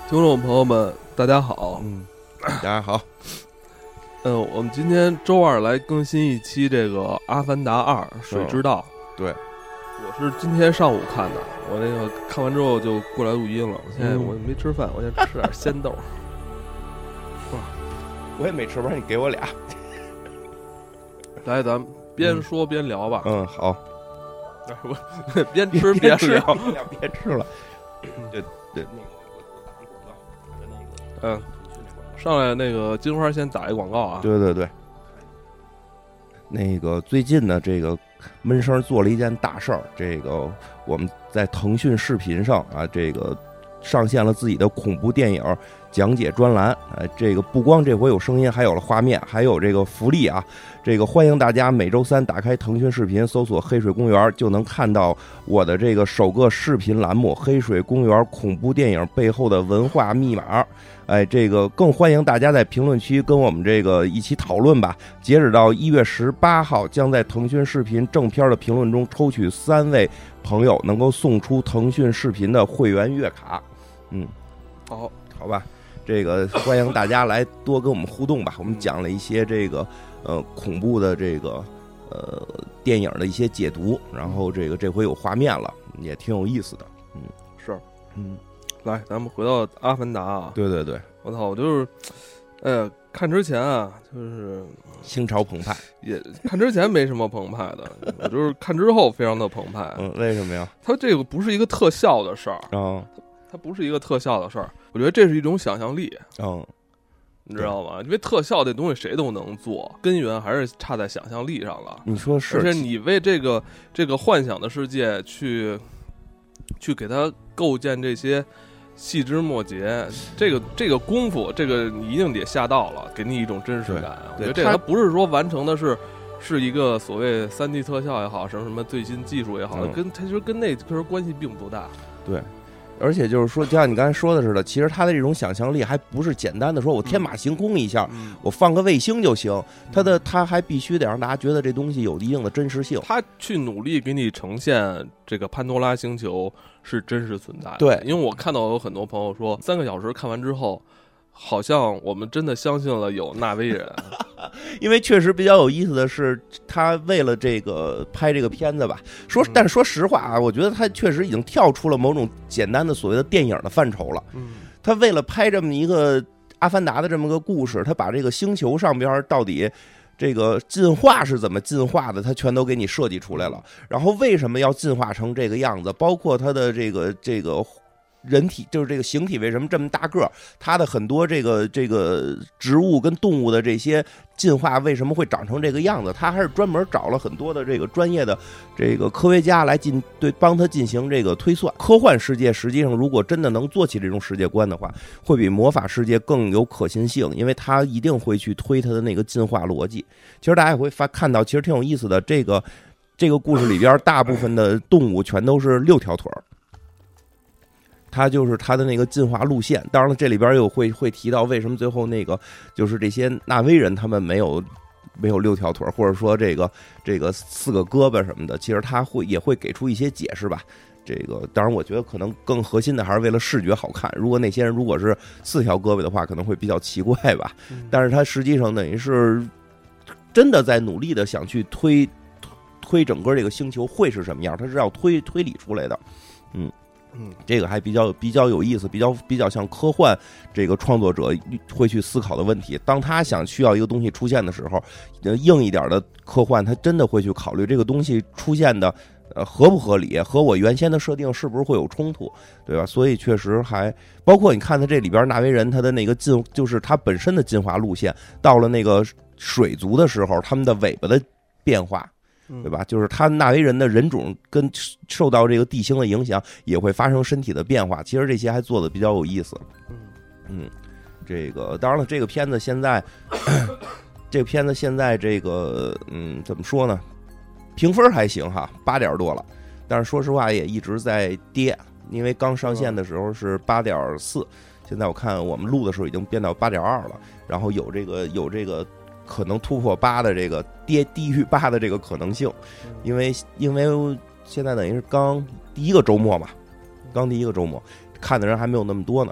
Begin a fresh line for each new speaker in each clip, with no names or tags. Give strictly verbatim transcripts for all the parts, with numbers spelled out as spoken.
听众朋友们，大家好。
嗯，大家好。
嗯，我们今天周二来更新一期这个《阿凡达二：水之道》。
嗯、对，
我是今天上午看的，我那个看完之后就过来录音了。我现在我没吃饭，我先吃点鲜豆。
哇，我也没吃，不然你给我俩。
来，咱们边说边聊吧。
嗯，好。
边吃边聊，
别吃了。对对，那个。
嗯，上来那个金花先打一广告啊！
对对对，那个最近呢，这个闷声做了一件大事儿，这个我们在腾讯视频上啊，这个上线了自己的恐怖电影讲解专栏。呃，这个不光这回有声音，还有了画面，还有这个福利啊！这个欢迎大家每周三打开腾讯视频，搜索“黑水公园”，就能看到我的这个首个视频栏目《黑水公园恐怖电影背后的文化密码》。哎，这个更欢迎大家在评论区跟我们这个一起讨论吧。截止到一月十八号，将在腾讯视频正片的评论中抽取三位朋友，能够送出腾讯视频的会员月卡。嗯，
好，
好吧，这个欢迎大家来多跟我们互动吧。我们讲了一些这个呃恐怖的这个呃电影的一些解读，然后这个这回有画面了，也挺有意思的。嗯，
是，
嗯。
来，咱们回到《阿凡达》啊！
对对对，
我操，我就是，哎呀，看之前啊，就是
心潮澎湃，
也看之前没什么澎湃的，我就是看之后非常的澎湃。
嗯，为什么呀？
它这个不是一个特效的事儿啊、
哦，
它不是一个特效的事儿，我觉得这是一种想象力。
嗯，
你知道吗？因为特效这东西谁都能做，根源还是差在想象力上了。
你说是？
而且你为这个这个幻想的世界去去给它构建这些细枝末节，这个这个功夫，这个你一定得下到了，给你一种真实感。我觉得这个它不是说完成的是是一个所谓三 D 特效也好，什么什么最新技术也好，嗯、跟它其实跟那其实关系并不大。
对。而且就是说，就像你刚才说的似的，其实他的这种想象力还不是简单的说我天马行空一下，
嗯、
我放个卫星就行。他的他还必须得让大家觉得这东西有一定的真实性。
他去努力给你呈现这个潘多拉星球是真实存在的。
对，
因为我看到有很多朋友说，三个小时看完之后，好像我们真的相信了有纳威人。
因为确实比较有意思的是，他为了这个拍这个片子吧，说，但是说实话啊，我觉得他确实已经跳出了某种简单的所谓的电影的范畴了。
嗯，
他为了拍这么一个阿凡达的这么个故事，他把这个星球上边到底这个进化是怎么进化的，他全都给你设计出来了。然后为什么要进化成这个样子，包括他的这个这个。人体就是这个形体为什么这么大个儿？它的很多这个这个植物跟动物的这些进化为什么会长成这个样子？他还是专门找了很多的这个专业的这个科学家来进对帮他进行这个推算。科幻世界实际上如果真的能做起这种世界观的话，会比魔法世界更有可信性，因为他一定会去推他的那个进化逻辑。其实大家也会发看到，其实挺有意思的。这个这个故事里边，大部分的动物全都是六条腿儿。它就是它的那个进化路线，当然了，这里边又会会提到为什么最后那个就是这些纳威人他们没有没有六条腿，或者说这个这个四个胳膊什么的，其实他会也会给出一些解释吧。这个当然，我觉得可能更核心的还是为了视觉好看。如果那些人如果是四条胳膊的话，可能会比较奇怪吧。但是他实际上等于是真的在努力的想去推推整个这个星球会是什么样，他是要推推理出来的。嗯。
嗯，
这个还比较比较有意思，比较比较像科幻这个创作者会去思考的问题。当他想需要一个东西出现的时候，硬一点的科幻，他真的会去考虑这个东西出现的呃合不合理，和我原先的设定是不是会有冲突，对吧？所以确实还包括你看他这里边纳威人他的那个进，就是他本身的进化路线，到了那个水族的时候，他们的尾巴的变化。对吧？就是他纳威人的人种跟受到这个地形的影响，也会发生身体的变化。其实这些还做的比较有意思。嗯，这个当然了，这个片子现在，这个片子现在这个嗯，怎么说呢？评分还行哈，八点多了。但是说实话也一直在跌，因为刚上线的时候是八点四，现在我看我们录的时候已经变到八点二了。然后有这个有这个。可能突破八的这个跌低于八的这个可能性，因为因为现在等于是刚第一个周末嘛，刚第一个周末看的人还没有那么多呢。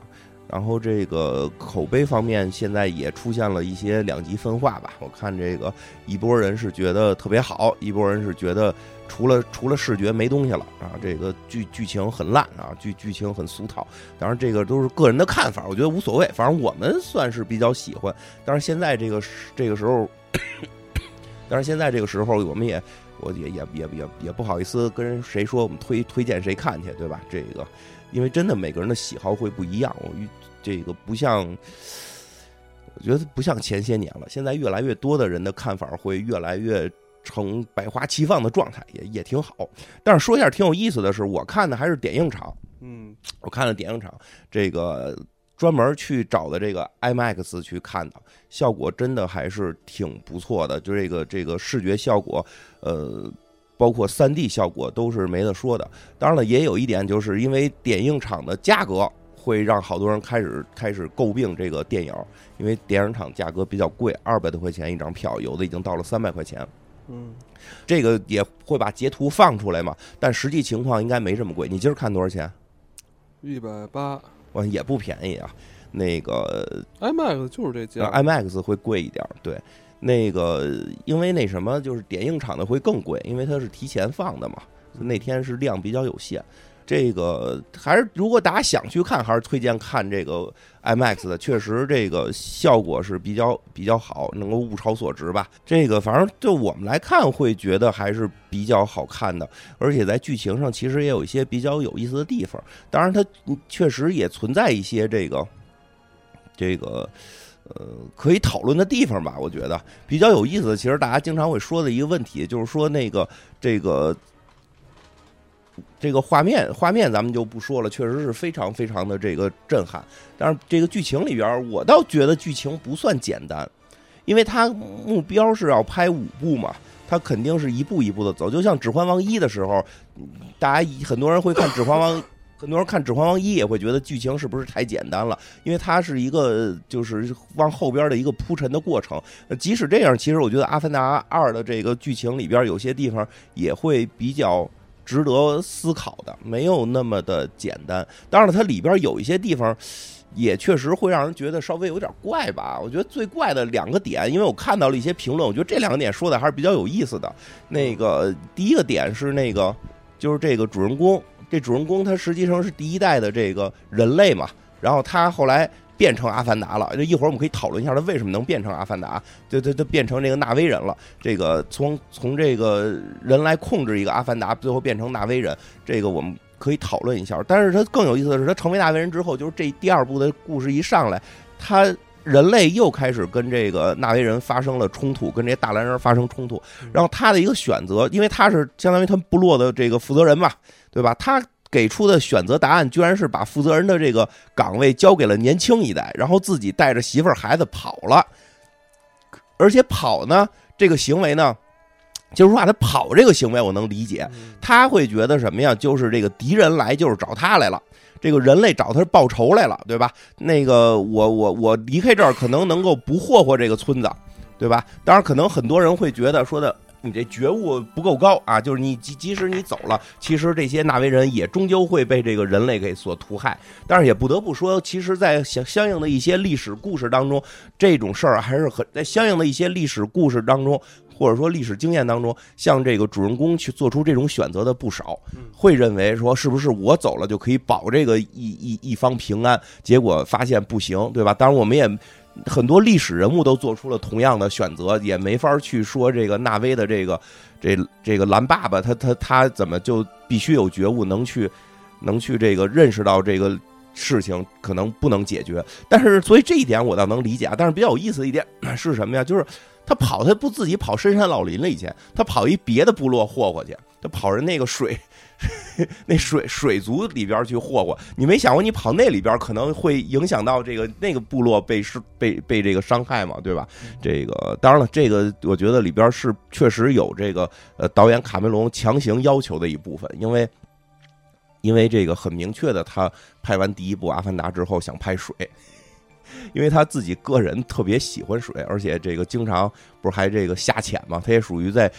然后这个口碑方面现在也出现了一些两极分化吧。我看这个一波人是觉得特别好，一波人是觉得除了除了视觉没东西了啊，这个剧剧情很烂啊，剧剧情很俗套。当然这个都是个人的看法，我觉得无所谓，反正我们算是比较喜欢。但是现在这个这个时候，但是现在这个时候我们也我也也也也也不好意思跟谁说我们推推荐谁看去，对吧？这个因为真的每个人的喜好会不一样，我这个不像，我觉得不像前些年了。现在越来越多的人的看法会越来越呈百花齐放的状态，也也挺好。但是说一下挺有意思的是，我看的还是点映场，
嗯，
我看了点映场，这个专门去找的这个 IMAX 去看的，效果真的还是挺不错的。就这个这个视觉效果，呃。包括 三 D 效果都是没得说的。当然了，也有一点就是因为点映场的价格会让好多人开始开始诟病这个电影，因为电影场价格比较贵，二百多块钱一张票，有的已经到了三百块钱。
嗯，
这个也会把截图放出来嘛，但实际情况应该没这么贵。你今儿看多少钱？
一百八，
哇，也不便宜啊。那个
IMAX 就是这价
，IMAX 会贵一点，对。那个，因为那什么，就是点映场的会更贵，因为它是提前放的嘛，那天是量比较有限。这个还是如果大家想去看，还是推荐看这个 IMAX 的，确实这个效果是比较比较好，能够物超所值吧。这个反正就我们来看，会觉得还是比较好看的，而且在剧情上其实也有一些比较有意思的地方。当然，它确实也存在一些这个这个。呃，可以讨论的地方吧，我觉得比较有意思的，其实大家经常会说的一个问题，就是说那个这个这个画面，画面咱们就不说了，确实是非常非常的这个震撼。但是这个剧情里边，我倒觉得剧情不算简单，因为它目标是要拍五部嘛，它肯定是一步一步的走。就像《指环王一》的时候，大家很多人会看《指环王》。很多人看《指环王一》也会觉得剧情是不是太简单了，因为它是一个就是往后边的一个铺陈的过程。即使这样，其实我觉得《阿凡达二》的这个剧情里边有些地方也会比较值得思考的，没有那么的简单。当然了，它里边有一些地方也确实会让人觉得稍微有点怪吧。我觉得最怪的两个点，因为我看到了一些评论，我觉得这两个点说的还是比较有意思的。那个第一个点是那个就是这个主人公。这主人公他实际上是第一代的这个人类嘛，然后他后来变成阿凡达了。这一会儿我们可以讨论一下他为什么能变成阿凡达，就他他变成这个纳威人了。这个从从这个人来控制一个阿凡达，最后变成纳威人，这个我们可以讨论一下。但是他更有意思的是，他成为纳威人之后，就是这第二部的故事一上来，他。人类又开始跟这个纳威人发生了冲突，跟这些大蓝人发生冲突。然后他的一个选择，因为他是相当于他们部落的这个负责人嘛，对吧？他给出的选择答案居然是把负责人的这个岗位交给了年轻一代，然后自己带着媳妇儿孩子跑了。而且跑呢，这个行为呢，就是说他跑这个行为我能理解，他会觉得什么呀？就是这个敌人来就是找他来了。这个人类找他报仇来了，对吧？那个我我我离开这儿可能能够不霍霍这个村子，对吧？当然，可能很多人会觉得说的你这觉悟不够高啊，就是你即即使你走了，其实这些纳威人也终究会被这个人类给所屠害。但是也不得不说，其实，在相相应的一些历史故事当中，这种事儿还是很在相应的一些历史故事当中。或者说历史经验当中，像这个主人公去做出这种选择的不少，会认为说是不是我走了就可以保这个一一一方平安？结果发现不行，对吧？当然，我们也很多历史人物都做出了同样的选择，也没法去说这个纳威的这个这这个蓝爸爸他他他怎么就必须有觉悟，能去能去这个认识到这个事情可能不能解决。但是，所以这一点我倒能理解啊。但是比较有意思的一点是什么呀？就是他跑，他不自己跑深山老林了，以前他跑一别的部落霍霍去，他跑人那个水那水水族里边去霍霍。你没想过你跑那里边可能会影响到这个那个部落被被被这个伤害嘛，对吧？这个当然了，这个我觉得里边是确实有这个呃导演卡梅隆强行要求的一部分，因为因为这个很明确的，他拍完第一部《阿凡达》之后想拍水。因为他自己个人特别喜欢水，而且这个经常不是还这个下潜嘛，他也属于在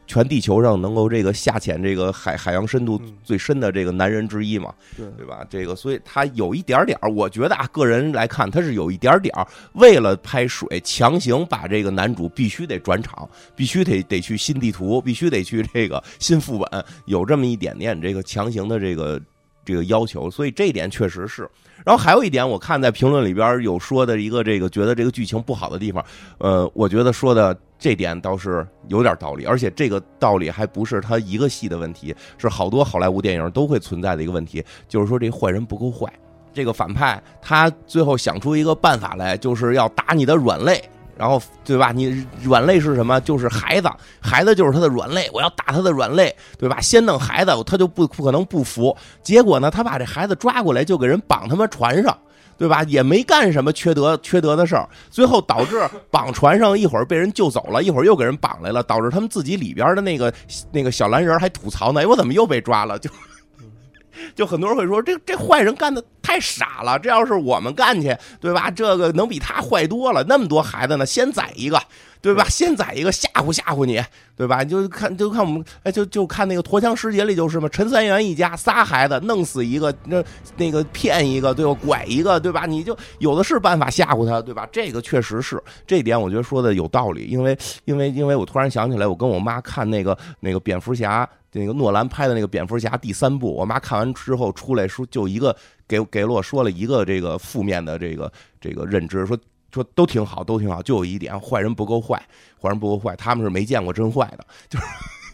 全地球上能够这个下潜这个海海洋深度最深的这个男人之一嘛，
对
对吧？这个所以他有一点点，我觉得啊，个人来看他是有一点点为了拍水，强行把这个男主必须得转场，必须得得去新地图，必须得去这个新副本，有这么一点点这个强行的这个这个要求，所以这一点确实是。然后还有一点，我看在评论里边有说的一个这个觉得这个剧情不好的地方，呃，我觉得说的这点倒是有点道理，而且这个道理还不是他一个戏的问题，是好多好莱坞电影都会存在的一个问题，就是说这坏人不够坏，这个反派他最后想出一个办法来，就是要打你的软肋。然后对吧？你软肋是什么？就是孩子，孩子就是他的软肋，我要打他的软肋，对吧？先弄孩子，他就不不可能不服。结果呢，他把这孩子抓过来，就给人绑他妈船上，对吧？也没干什么缺德缺德的事儿，最后导致绑船上一会儿被人救走了，一会儿又给人绑来了，导致他们自己里边的那个那个小蓝人还吐槽呢，哎，我怎么又被抓了？就。就很多人会说，这这坏人干的太傻了，这要是我们干去，对吧？这个能比他坏多了，那么多孩子呢，先宰一个，对吧？先宰一个吓唬吓唬你，对吧？就看就看我们，哎，就就看那个《驼枪师姐》里就是嘛，陈三元一家仨孩子弄死一个，那那个骗一个，对吧？拐一个，对吧？你就有的是办法吓唬他，对吧？这个确实是这一点，我觉得说的有道理，因为因为因为我突然想起来，我跟我妈看那个那个蝙蝠侠。那个诺兰拍的那个蝙蝠侠第三部，我妈看完之后出来说，就一个给给了我说了一个这个负面的这个这个认知，说说都挺好，都挺好，就有一点坏人不够坏，坏人不够坏，他们是没见过真坏的，就是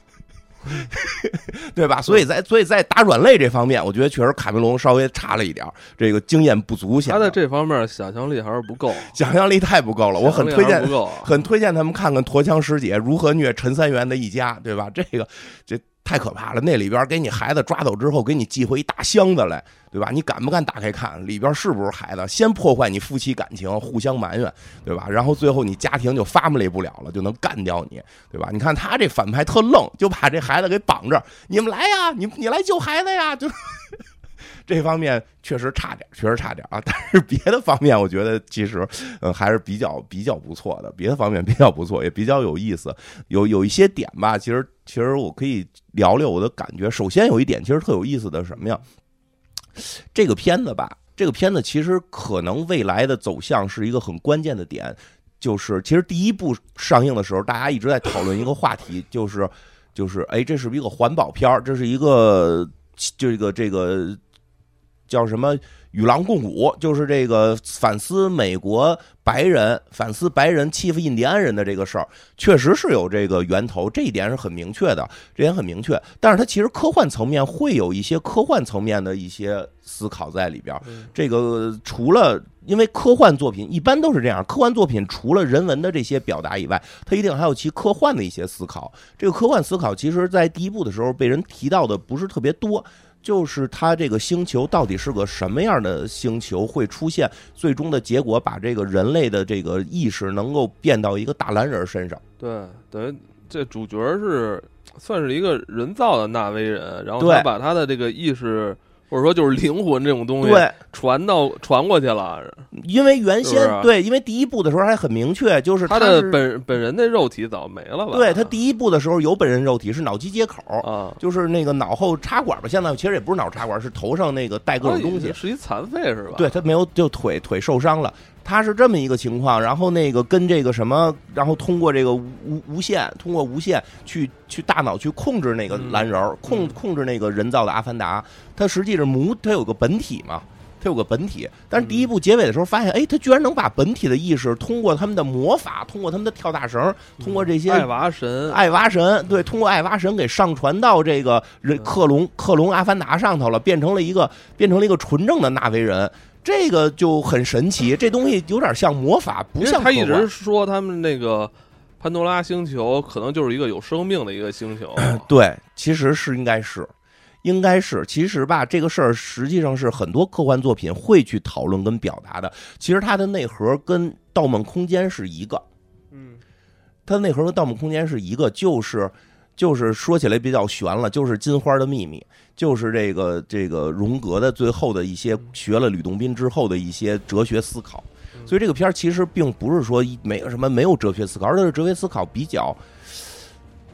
对吧？所以在所以在打软肋这方面，我觉得确实卡梅隆稍微差了一点，这个经验不足。
他在这方面想象力还是不够，
想象力太不够了。我很推荐，
不够
很推荐他们看看《驼枪师姐》如何虐陈三元的一家，对吧？这个这。太可怕了！那里边给你孩子抓走之后，给你寄回一大箱子来，对吧？你敢不敢打开看里边是不是孩子？先破坏你夫妻感情，互相埋怨，对吧？然后最后你家庭就family不了了，就能干掉你，对吧？你看他这反派特愣，就把这孩子给绑着，你们来呀，你你来救孩子呀，就。这方面确实差点，确实差点啊！但是别的方面，我觉得其实，嗯，还是比较比较不错的。别的方面比较不错，也比较有意思。有有一些点吧，其实其实我可以聊聊我的感觉。首先有一点，其实特有意思的是什么呀？这个片子吧，这个片子其实可能未来的走向是一个很关键的点，就是其实第一部上映的时候，大家一直在讨论一个话题，就是就是哎，这是一个环保片，这是一个这个这个。叫什么与狼共舞，就是这个反思美国白人反思白人欺负印第安人的这个事儿，确实是有这个源头，这一点是很明确的，这点很明确。但是它其实科幻层面会有一些科幻层面的一些思考在里边。这个除了因为科幻作品一般都是这样，科幻作品除了人文的这些表达以外，它一定还有其科幻的一些思考。这个科幻思考其实在第一部的时候被人提到的不是特别多。就是它这个星球到底是个什么样的星球，会出现最终的结果，把这个人类的这个意识能够变到一个大蓝人身上。
对，等于这主角是算是一个人造的纳威人，然后他把他的这个意识或者说就是灵魂这种东西
对
传到传过去了。
因为原先
是是
对，因为第一部的时候还很明确，就是
他
的
本本人的肉体早没了吧？
对，他第一部的时候有本人肉体，是脑机接口
啊，
就是那个脑后插管吧，现在其实也不是脑插管，是头上那个带各种东西，
哦、是一残废是吧？
对，他没有就腿腿受伤了。他是这么一个情况，然后那个跟这个什么，然后通过这个无无线，通过无线去去大脑去控制那个蓝人，嗯、控控制那个人造的阿凡达。他实际是母，他有个本体嘛，他有个本体。但是第一部结尾的时候发现，哎，他居然能把本体的意识通过他们的魔法，通过他们的跳大绳，通过这些
艾娃神，
艾娃神，对，通过艾娃神给上传到这个人克隆克隆阿凡达上头了，变成了一个变成了一个纯正的纳维人。这个就很神奇，这东西有点像魔法，不像科幻。
他一直说他们那个潘多拉星球可能就是一个有生命的一个星球。
对，其实是应该是，应该是，其实吧，这个事儿实际上是很多科幻作品会去讨论跟表达的。其实它的内核跟《盗梦空间》是一个，
嗯，
它的内核跟《盗梦空间》是一个，就是就是说起来比较悬了，就是金花的秘密。就是这个这个荣格的最后的一些学了吕洞宾之后的一些哲学思考，所以这个片儿其实并不是说没有什么没有哲学思考，而是哲学思考比较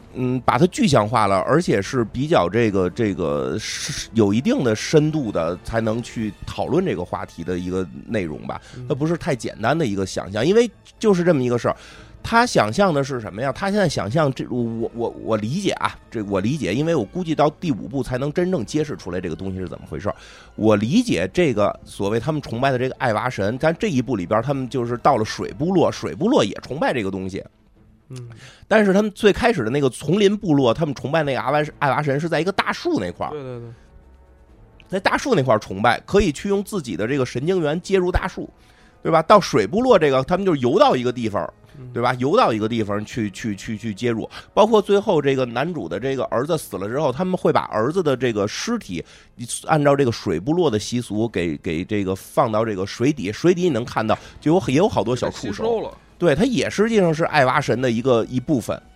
嗯，把它具象化了，而且是比较这个这个是有一定的深度的，才能去讨论这个话题的一个内容吧。它不是太简单的一个想象，因为就是这么一个事儿。他想象的是什么呀？他现在想象这，我我我理解啊，这我理解，因为我估计到第五部才能真正揭示出来这个东西是怎么回事。我理解这个所谓他们崇拜的这个爱娃神，但这一部里边他们就是到了水部落，水部落也崇拜这个东西。
嗯，
但是他们最开始的那个丛林部落，他们崇拜那个爱娃爱娃神是在一个大树那块儿，
对对对，
在大树那块儿崇拜，可以去用自己的这个神经元接入大树，对吧？到水部落这个，他们就游到一个地方，对吧？游到一个地方去去去去接入，包括最后这个男主的这个儿子死了之后，他们会把儿子的这个尸体按照这个水部落的习俗给给这个放到这个水底，水底你能看到就有也有好多小触手了。对，它也实际上是爱娃神的一个一部分，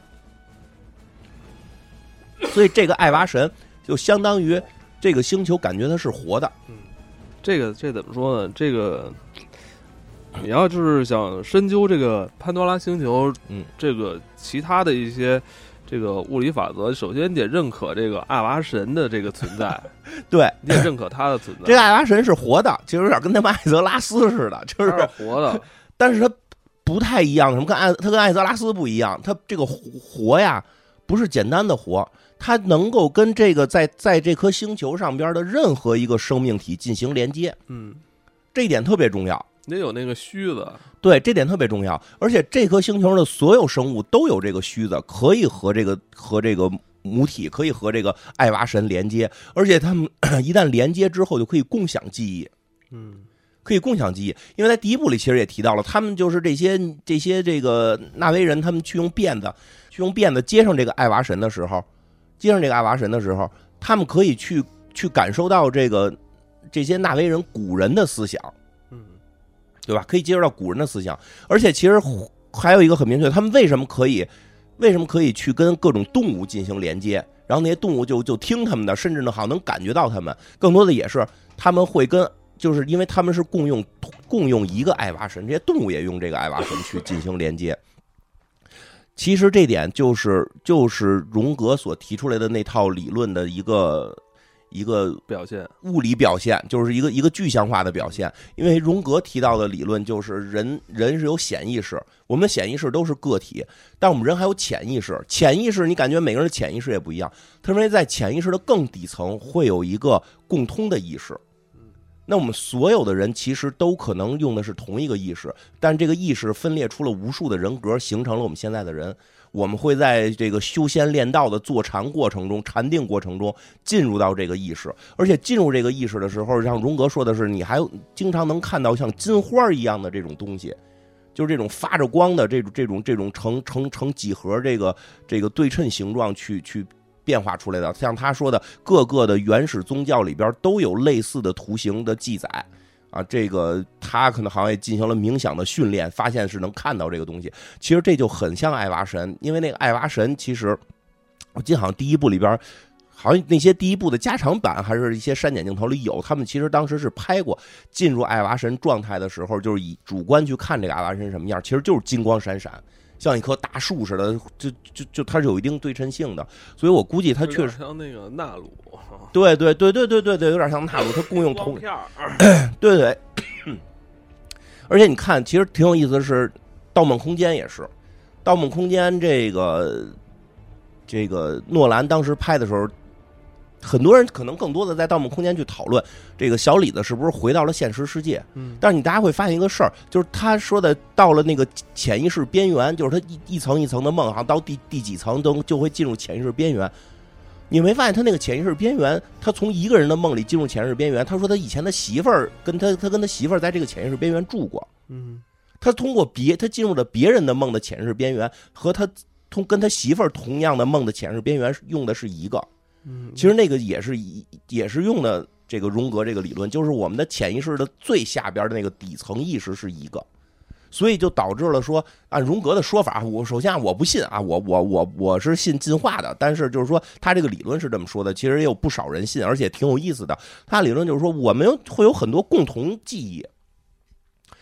所以这个爱娃神就相当于这个星球感觉它是活的。
嗯，这个这怎么说呢？这个你要就是想深究这个潘多拉星球，
嗯，
这个其他的一些这个物理法则，首先你得认可这个爱娃神的这个存在，
对，
你得认可它的存在。
这个爱娃神是活的，其实有点跟他们艾泽拉斯似的，就是
活的，
但是它不太一样，什么跟艾他跟艾泽拉斯不一样，他这个活呀不是简单的活，它能够跟这个在在这颗星球上边的任何一个生命体进行连接，
嗯，
这一点特别重要。
得有那个须子，
对，这点特别重要。而且这颗星球的所有生物都有这个须子，可以和这个和这个母体，可以和这个爱娃神连接，而且他们一旦连接之后，就可以共享记忆。
嗯。
可以共享记忆，因为在第一部里其实也提到了，他们就是这些这些这个纳维人，他们去用辫子，去用辫子接上这个爱娃神的时候，接上这个爱娃神的时候，他们可以去去感受到这个这些纳维人古人的思想，
嗯，
对吧？可以接触到古人的思想，而且其实还有一个很明确，他们为什么可以为什么可以去跟各种动物进行连接，然后那些动物就就听他们的，甚至呢好像能感觉到他们，更多的也是他们会跟。就是因为他们是共用共用一个爱娃神，这些动物也用这个爱娃神去进行连接。其实这点就是就是荣格所提出来的那套理论的一个一个
表现，
物理表现，就是一个一个具象化的表现。因为荣格提到的理论就是人人是有显意识，我们的显意识都是个体，但我们人还有潜意识。潜意识你感觉每个人的潜意识也不一样，他认为在潜意识的更底层会有一个共通的意识。那我们所有的人其实都可能用的是同一个意识，但这个意识分裂出了无数的人格，形成了我们现在的人。我们会在这个修仙练道的坐禅过程中、禅定过程中进入到这个意识，而且进入这个意识的时候，像荣格说的是，你还经常能看到像金花一样的这种东西，就是这种发着光的这种这种这种成成成几何这个这个对称形状去去。变化出来的，像他说的，各个的原始宗教里边都有类似的图形的记载啊。这个他可能好像也进行了冥想的训练，发现是能看到这个东西。其实这就很像爱娃神，因为那个爱娃神，其实我记得好像第一部里边，好像那些第一部的加长版还是一些删减镜头里有，他们其实当时是拍过进入爱娃神状态的时候，就是以主观去看这个爱娃神什么样，其实就是金光闪闪。像一棵大树似的，就就就它是有一定对称性的，所以我估计它确实
像那个纳鲁，
对对对对对对对，有点像纳鲁，它共用同
片儿，
对对。而且你看，其实挺有意思的是，《盗梦空间》也是，《盗梦空间》这个这个诺兰当时拍的时候。很多人可能更多的在《盗梦空间》去讨论这个小李子是不是回到了现实世界，
嗯，
但是你大家会发现一个事儿，就是他说的到了那个潜意识边缘，就是他一一层一层的梦，好像到第第几层都就会进入潜意识边缘。你没发现他那个潜意识边缘，他从一个人的梦里进入潜意识边缘。他说他以前的媳妇儿跟他他跟他媳妇儿在这个潜意识边缘住过，
嗯，
他通过别他进入了别人的梦的潜意识边缘，和他同跟他媳妇儿同样的梦的潜意识边缘用的是一个。
嗯，
其实那个也是也是用的这个荣格这个理论，就是我们的潜意识的最下边的那个底层意识是一个，所以就导致了说，按荣格的说法，我首先我不信啊，我我我我是信进化的，但是就是说他这个理论是这么说的，其实也有不少人信，而且挺有意思的。他理论就是说我们会有很多共同记忆，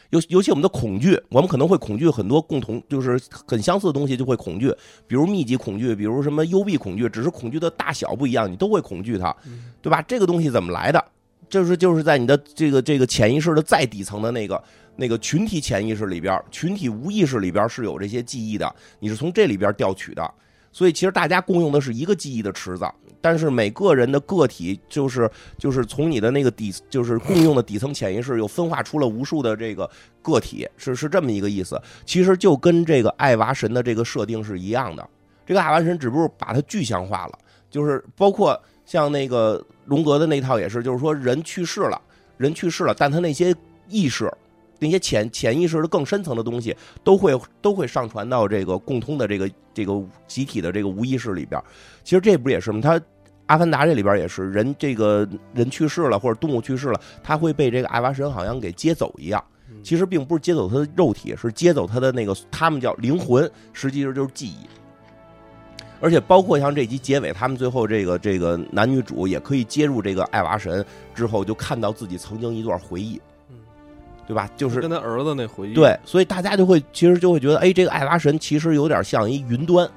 尤尤其我们的恐惧，我们可能会恐惧很多共同就是很相似的东西，就会恐惧，比如密集恐惧，比如什么幽闭恐惧，只是恐惧的大小不一样，你都会恐惧它，对吧？这个东西怎么来的？就是就是在你的这个这个潜意识的再底层的那个那个群体潜意识里边，群体无意识里边是有这些记忆的，你是从这里边调取的。所以其实大家共用的是一个记忆的池子，但是每个人的个体就是就是从你的那个底就是共用的底层潜意识又分化出了无数的这个个体，是是这么一个意思。其实就跟这个爱娃神的这个设定是一样的，这个爱娃神只不过把它具象化了，就是包括像那个荣格的那套也是，就是说人去世了，人去世了，但他那些意识。那些潜潜意识的更深层的东西都会都会上传到这个共通的这个这个集体的这个无意识里边。其实这不也是吗？他阿凡达这里边也是人，这个人去世了或者动物去世了，他会被这个爱娃神好像给接走一样。其实并不是接走他的肉体，是接走他的那个他们叫灵魂，实际上就是记忆。而且包括像这集结尾，他们最后这个这个男女主也可以接入这个爱娃神之后，就看到自己曾经一段回忆。对吧？就是
跟他儿子那回忆。
对，所以大家就会其实就会觉得，哎，这个爱娃神其实有点像一云端。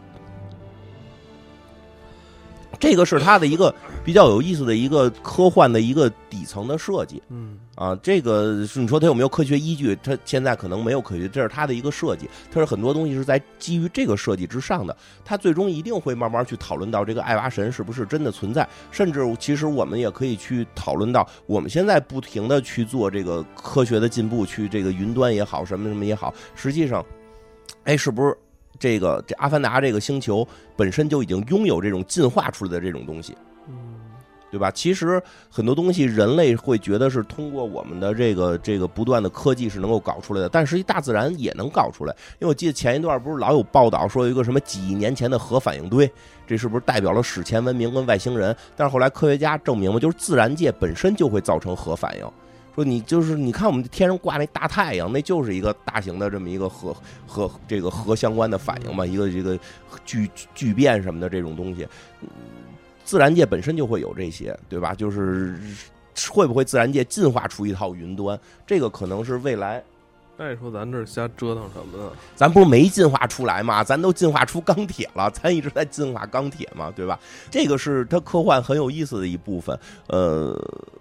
这个是他的一个比较有意思的一个科幻的一个底层的设计。
嗯
啊，这个你说它有没有科学依据？它现在可能没有科学，这是它的一个设计。它是很多东西是在基于这个设计之上的。它最终一定会慢慢去讨论到这个爱娃神是不是真的存在，甚至其实我们也可以去讨论到，我们现在不停的去做这个科学的进步，去这个云端也好，什么什么也好，实际上，哎，是不是这个这阿凡达这个星球本身就已经拥有这种进化出来的这种东西？对吧？其实很多东西人类会觉得是通过我们的这个这个不断的科技是能够搞出来的，但实际大自然也能搞出来。因为我记得前一段不是老有报道说有一个什么几亿年前的核反应堆，这是不是代表了史前文明跟外星人？但是后来科学家证明了，就是自然界本身就会造成核反应。说你就是你看我们天上挂那大太阳，那就是一个大型的这么一个核核这个核相关的反应嘛，一个这个聚聚变什么的这种东西。自然界本身就会有这些，对吧？就是会不会自然界进化出一套云端，这个可能是未来。
那你说咱这瞎折腾什么呢？
咱不是没进化出来吗？咱都进化出钢铁了，咱一直在进化钢铁嘛，对吧？这个是它科幻很有意思的一部分。呃，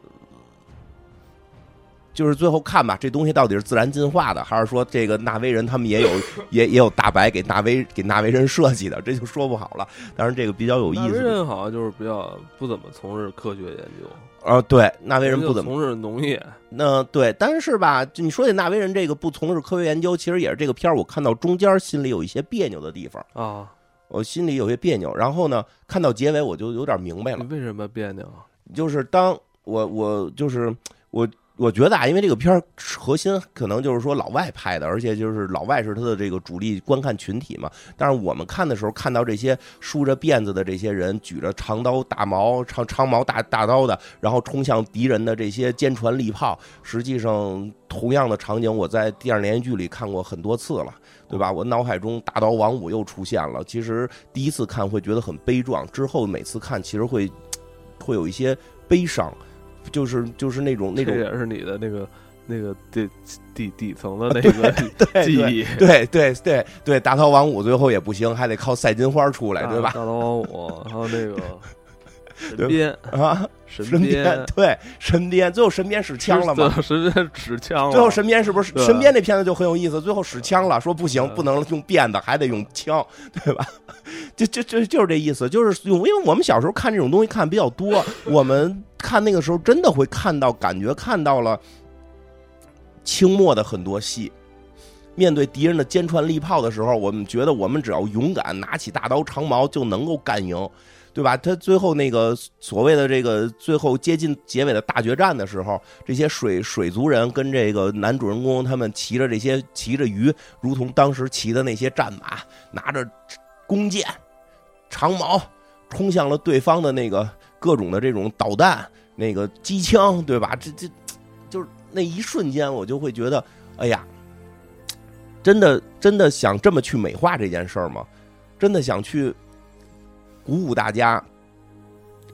就是最后看吧，这东西到底是自然进化的，还是说这个纳威人他们也有也也有大白给纳威给纳威人设计的，这就说不好了。当然这个比较有意思。纳
威人好像就是比较不怎么从事科学研究。
呃，对，纳威人不怎么
从事农业。
那对，但是吧，你说这纳威人这个不从事科学研究，其实也是这个片儿我看到中间心里有一些别扭的地方
啊，
我心里有些别扭。然后呢，看到结尾我就有点明白了。
你为什么别扭？
就是当我我就是我。我觉得啊，因为这个片儿核心可能就是说老外拍的，而且就是老外是他的这个主力观看群体嘛。但是我们看的时候，看到这些梳着辫子的这些人，举着长刀大矛、长长矛大大刀的，然后冲向敌人的这些坚船利炮，实际上同样的场景我在电视连续剧里看过很多次了，对吧？我脑海中大刀王五又出现了。其实第一次看会觉得很悲壮，之后每次看其实会会有一些悲伤。就是就是那种那种，
这也是你的那个那个底底底层的那个记忆。
对对对对对，大刀王五最后也不行，还得靠赛金花出来，对吧？
大刀王五还有那个神鞭
啊，
神鞭
对神鞭，最后神鞭使枪了嘛？
神鞭使枪了。
最后神鞭是不是神鞭那片子就很有意思？最后使枪了，说不行，不能用鞭子，还得用枪，对吧？就就就就是这意思，就是用，因为我们小时候看这种东西看比较多，我们看那个时候真的会看到，感觉看到了清末的很多戏。面对敌人的坚船利炮的时候，我们觉得我们只要勇敢，拿起大刀长矛就能够干赢。对吧？他最后那个所谓的这个最后接近结尾的大决战的时候，这些水水族人跟这个男主人公他们骑着这些骑着鱼，如同当时骑的那些战马，拿着弓箭、长矛，冲向了对方的那个各种的这种导弹、那个机枪，对吧？这这就是那一瞬间，我就会觉得，哎呀，真的真的想这么去美化这件事儿吗？真的想去鼓舞大家，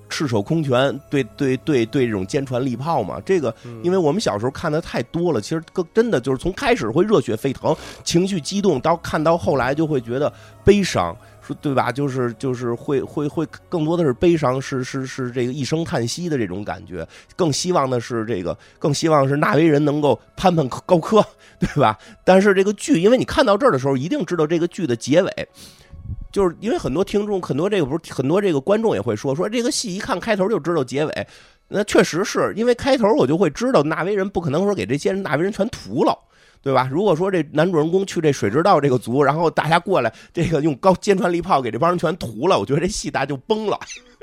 赤手空拳对对对对这种坚船利炮嘛。这个因为我们小时候看的太多了，其实更真的就是从开始会热血沸腾，情绪激动，到看到后来就会觉得悲伤，对吧？就是就是会会会更多的是悲伤，是是是这个一声叹息的这种感觉。更希望的是这个，更希望是纳维人能够攀攀高科，对吧？但是这个剧，因为你看到这儿的时候，一定知道这个剧的结尾。就是因为很多听众，很多这个不是很多这个观众也会说说这个戏一看开头就知道结尾，那确实是因为开头我就会知道纳维人不可能说给这些纳维人全屠了，对吧？如果说这男主人公去这水之道这个族，然后大家过来这个用高坚船利炮给这帮人全屠了，我觉得这戏大就崩了。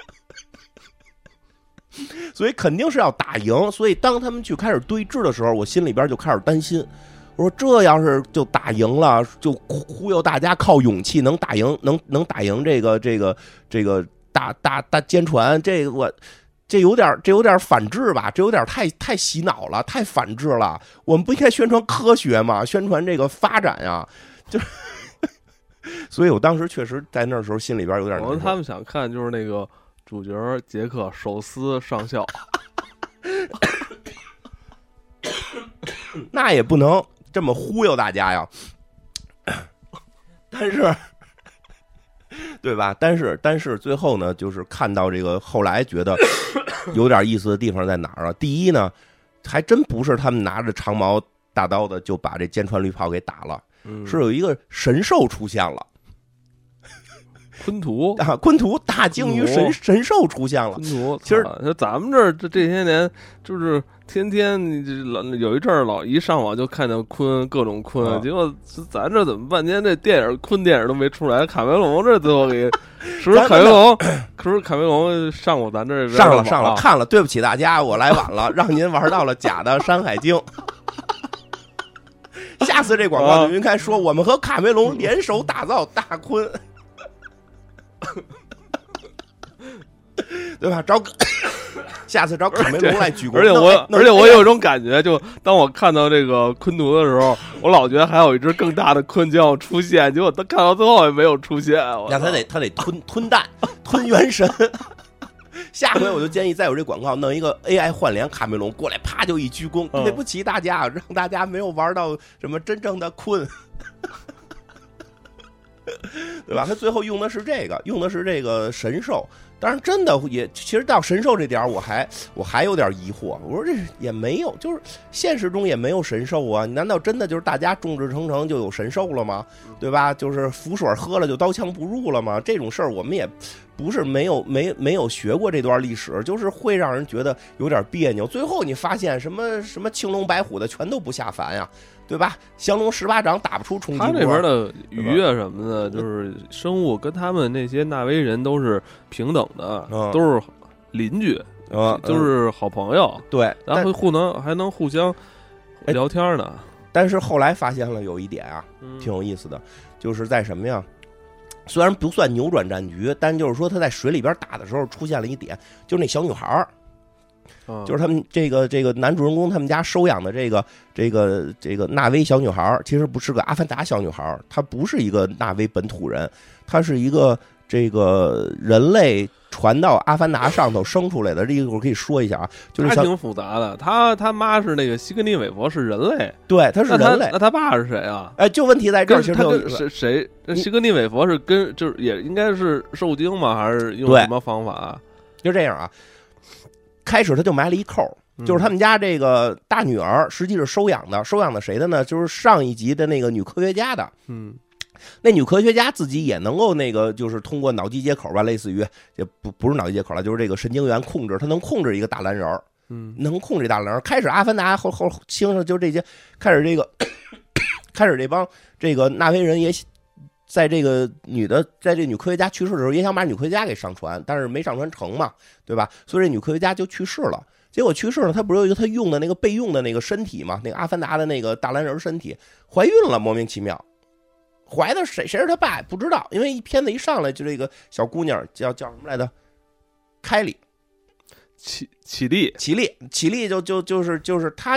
所以肯定是要打赢，所以当他们去开始对峙的时候，我心里边就开始担心。我说这要是就打赢了，就忽悠大家靠勇气能打赢，能能打赢这个这个这个大大大坚船，这个我这有点这有点反制吧，这有点太太洗脑了，太反制了。我们不应该宣传科学吗？宣传这个发展呀，就所以我当时确实在那时候心里边有点难受。
我他们想看就是那个主角杰克手撕上校，
那也不能这么忽悠大家呀，但是，对吧？但是，但是最后呢，就是看到这个后来觉得有点意思的地方在哪儿啊？第一呢，还真不是他们拿着长矛大刀的就把这坚船利炮给打了，
嗯、
是有一个神兽出现了。
昆图
啊，昆图大鲸鱼神神兽出现了。
昆图，
其实
咱们这儿这这些年就是天天老有一阵儿老一上网就看见昆各种昆，啊、结果咱这怎么半天这电影昆电影都没出来？卡梅隆这最后给是不是卡梅隆？是不是卡梅隆上过咱这
上了上了看了？对不起大家，我来晚了，让您玩到了假的《山海经》。下次这广告就应该说，我们和卡梅隆联手打造大昆。对吧？找下次找卡梅隆来鞠躬。
而且我，而且我有一种感觉，就当我看到这个昆图的时候，我老觉得还有一只更大的昆将要出现，结果他看到最后也没有出现。
那他得他得吞吞蛋，吞元神。下回我就建议再有这广告，弄一个 A I 换脸卡梅隆过来，啪就一鞠躬，对不起大家，让大家没有玩到什么真正的昆。对吧？他最后用的是这个，用的是这个神兽。当然，真的也其实到神兽这点我还我还有点疑惑。我说这也没有，就是现实中也没有神兽啊！难道真的就是大家众志成城就有神兽了吗？对吧？就是符水喝了就刀枪不入了吗？这种事儿我们也不是没有没没有学过这段历史，就是会让人觉得有点别扭。最后你发现什么什么青龙白虎的全都不下凡呀。对吧？降龙十八掌打不出冲击波。
他这边的鱼啊什么的，就是生物跟他们那些纳维人都是平等的，
嗯、
都是邻居，
嗯、
都是好朋友。
对，
然后互能还能互相聊天呢。
但是后来发现了有一点啊，挺有意思的，就是在什么呀？虽然不算扭转战局，但就是说他在水里边打的时候出现了一点，就是那小女孩儿。就是他们这个这个男主人公他们家收养的这个这个这个纳威小女孩，其实不是个阿凡达小女孩，她不是一个纳威本土人，她是一个这个人类传到阿凡达上头生出来的。这个我可以说一下啊，就是
还挺复杂的。他他妈是那个西格尼韦佛是人类，
对，他是人类。
那 他, 那他爸是谁啊？
哎，就问题在这儿，其实
他跟谁谁？西格尼韦佛是跟就是也应该是受精吗？还是用什么方法？
就这样啊。开始他就埋了一扣，就是他们家这个大女儿实际是收养的，收养的谁的呢？就是上一集的那个女科学家的。
嗯，
那女科学家自己也能够那个，就是通过脑机接口吧，类似于也不不是脑机接口了，就是这个神经元控制，她能控制一个大蓝人，
嗯，
能控制大蓝人。开始阿凡达后后清上就这些，开始这个开始这帮这个纳维人也。在这个女的，在这女科学家去世的时候，也想把女科学家给上传，但是没上传成嘛，对吧？所以这女科学家就去世了。结果去世了，她不是有一个她用的那个备用的那个身体嘛？那个阿凡达的那个大蓝人身体怀孕了，莫名其妙，怀的谁谁是他爸不知道，因为一片子一上来就这个小姑娘叫叫什么来着？凯莉，
起起立，
起立，起立就就就是就是她就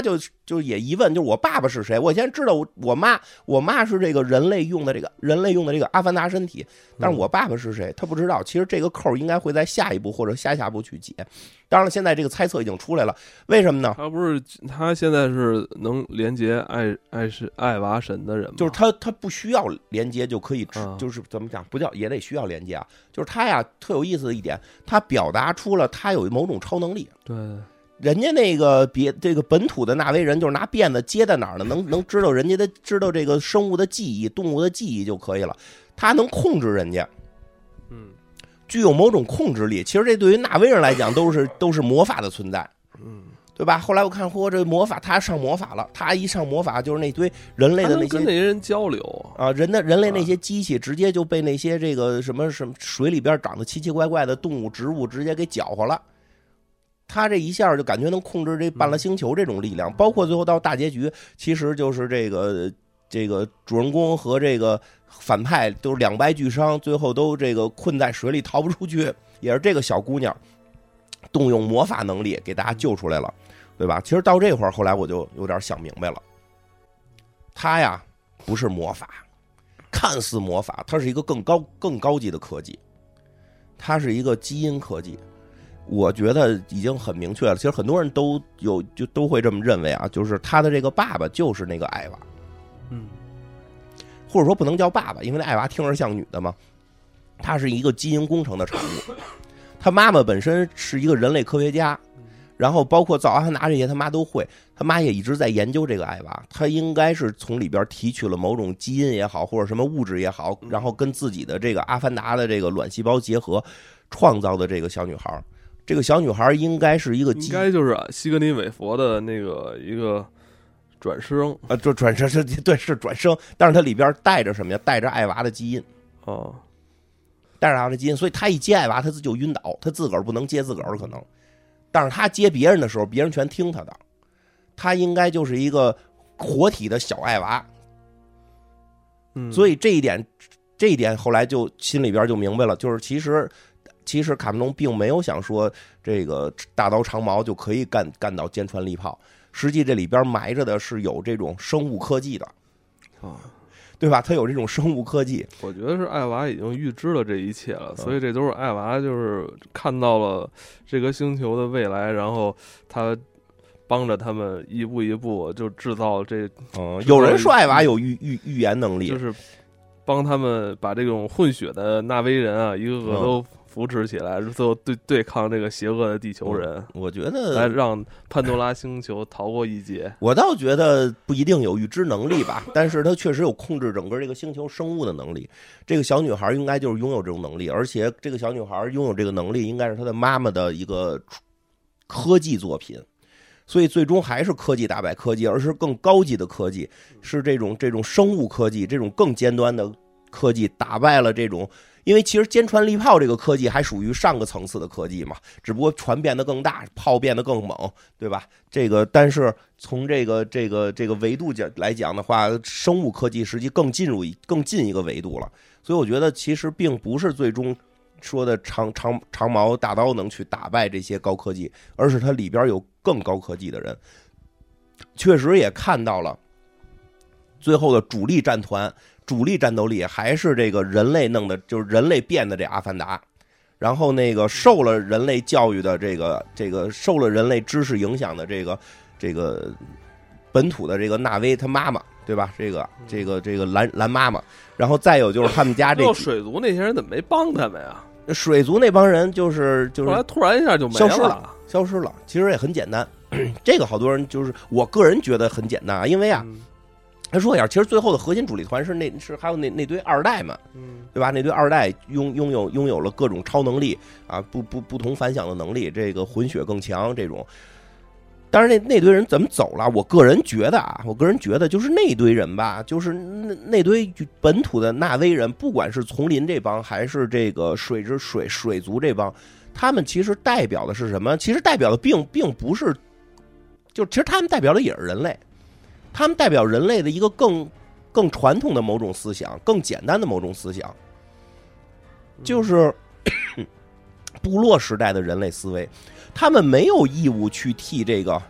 就也疑问，就是我爸爸是谁？我现在知道我我妈，我妈是这个人类用的这个人类用的这个阿凡达身体，但是我爸爸是谁？他不知道。其实这个扣应该会在下一步或者下下步去解。当然了，现在这个猜测已经出来了，为什么呢？
他不是他现在是能连接爱爱是爱娃神的人吗？
就是他他不需要连接就可以，
啊、
就是怎么讲，不叫也得需要连接啊。就是他呀，特有意思的一点，他表达出了他有某种超能力。
对。
人家那个别这个本土的纳威人就是拿辫子接在哪儿呢？能能知道人家的知道这个生物的记忆、动物的记忆就可以了。他能控制人家，
嗯，
具有某种控制力。其实这对于纳威人来讲都是都是魔法的存在，
嗯，
对吧？后来我看，嚯，这魔法他上魔法了，他一上魔法就是那堆人类的那些
跟那些人交流
啊，人的人类那些机器直接就被那些这个什么什么水里边长得奇奇怪怪的动物、植物直接给搅和了。他这一下就感觉能控制这半拉星球这种力量，包括最后到大结局，其实就是这个这个主人公和这个反派都是两败俱伤，最后都这个困在水里逃不出去，也是这个小姑娘动用魔法能力给大家救出来了，对吧？其实到这会儿，后来我就有点想明白了，他呀不是魔法，看似魔法，它是一个更高更高级的科技，它是一个基因科技。我觉得已经很明确了，其实很多人都有就都会这么认为啊，就是他的这个爸爸就是那个艾娃，
嗯，
或者说不能叫爸爸，因为那艾娃听着像女的嘛，她是一个基因工程的产物，他妈妈本身是一个人类科学家，然后包括造阿凡达这些他妈都会，他妈也一直在研究这个艾娃，他应该是从里边提取了某种基因也好，或者什么物质也好，然后跟自己的这个阿凡达的这个卵细胞结合，创造的这个小女孩。这个小女孩应该是一个，
应该就是西格尼韦佛的那个一个转生
啊，就转生是，对，是转生，但是它里边带着什么呀？带着艾娃的基因
哦，
带着艾娃的基因，所以他一接艾娃，他自己就晕倒，他自个儿不能接自个儿可能，但是他接别人的时候，别人全听他的，他应该就是一个活体的小艾娃，
嗯，
所以这一点，这一点后来就心里边就明白了，就是其实。其实卡梅隆并没有想说这个大刀长矛就可以干干到坚船利炮，实际这里边埋着的是有这种生物科技的，
啊，
对吧？它有这种生物科技。
我觉得是艾娃已经预知了这一切了，所以这都是艾娃就是看到了这个星球的未来，然后他帮着他们一步一步就制造这。
嗯，有人说艾娃有预预预言能力，
就是帮他们把这种混血的纳威人啊，一个个都。扶持起来，最后对对抗这个邪恶的地球人。
我觉得
来让潘多拉星球逃过一劫。
我倒觉得不一定有预知能力吧，但是他确实有控制整个这个星球生物的能力。这个小女孩应该就是拥有这种能力，而且这个小女孩拥有这个能力，应该是她的妈妈的一个科技作品。所以最终还是科技打败科技，而是更高级的科技，是这种这种生物科技，这种更尖端的科技打败了这种。因为其实坚船利炮这个科技还属于上个层次的科技嘛，只不过船变得更大，炮变得更猛，对吧？这个但是从这个这个这个维度讲来讲的话，生物科技实际更进入更进一个维度了。所以我觉得其实并不是最终说的长长长矛大刀能去打败这些高科技，而是它里边有更高科技的人。确实也看到了最后的主力战团。主力战斗力还是这个人类弄的，就是人类变的这阿凡达，然后那个受了人类教育的这个这个受了人类知识影响的这个这个本土的这个纳威他妈妈，对吧？这个这个这个蓝蓝妈妈，然后再有就是他们家这
水族那些人怎么没帮他们呀？
水族那帮人就是就是
后来突然一下就没
消失了，消失了。其实也很简单，这个好多人就是我个人觉得很简单啊，因为啊。嗯他说一下，其实最后的核心主力团是那是还有那那堆二代们，
嗯，
对吧？那堆二代拥拥有拥有了各种超能力啊，不不不同凡响的能力，这个混血更强这种。但是那那堆人怎么走了？我个人觉得啊，我个人觉得就是那堆人吧，就是那那堆本土的纳威人，不管是丛林这帮还是这个水之水水族这帮，他们其实代表的是什么？其实代表的并并不是，就其实他们代表的也是人类。他们代表人类的一个更更传统的某种思想，更简单的某种思想，就是部落时代的人类思维。他们没有义务去替这个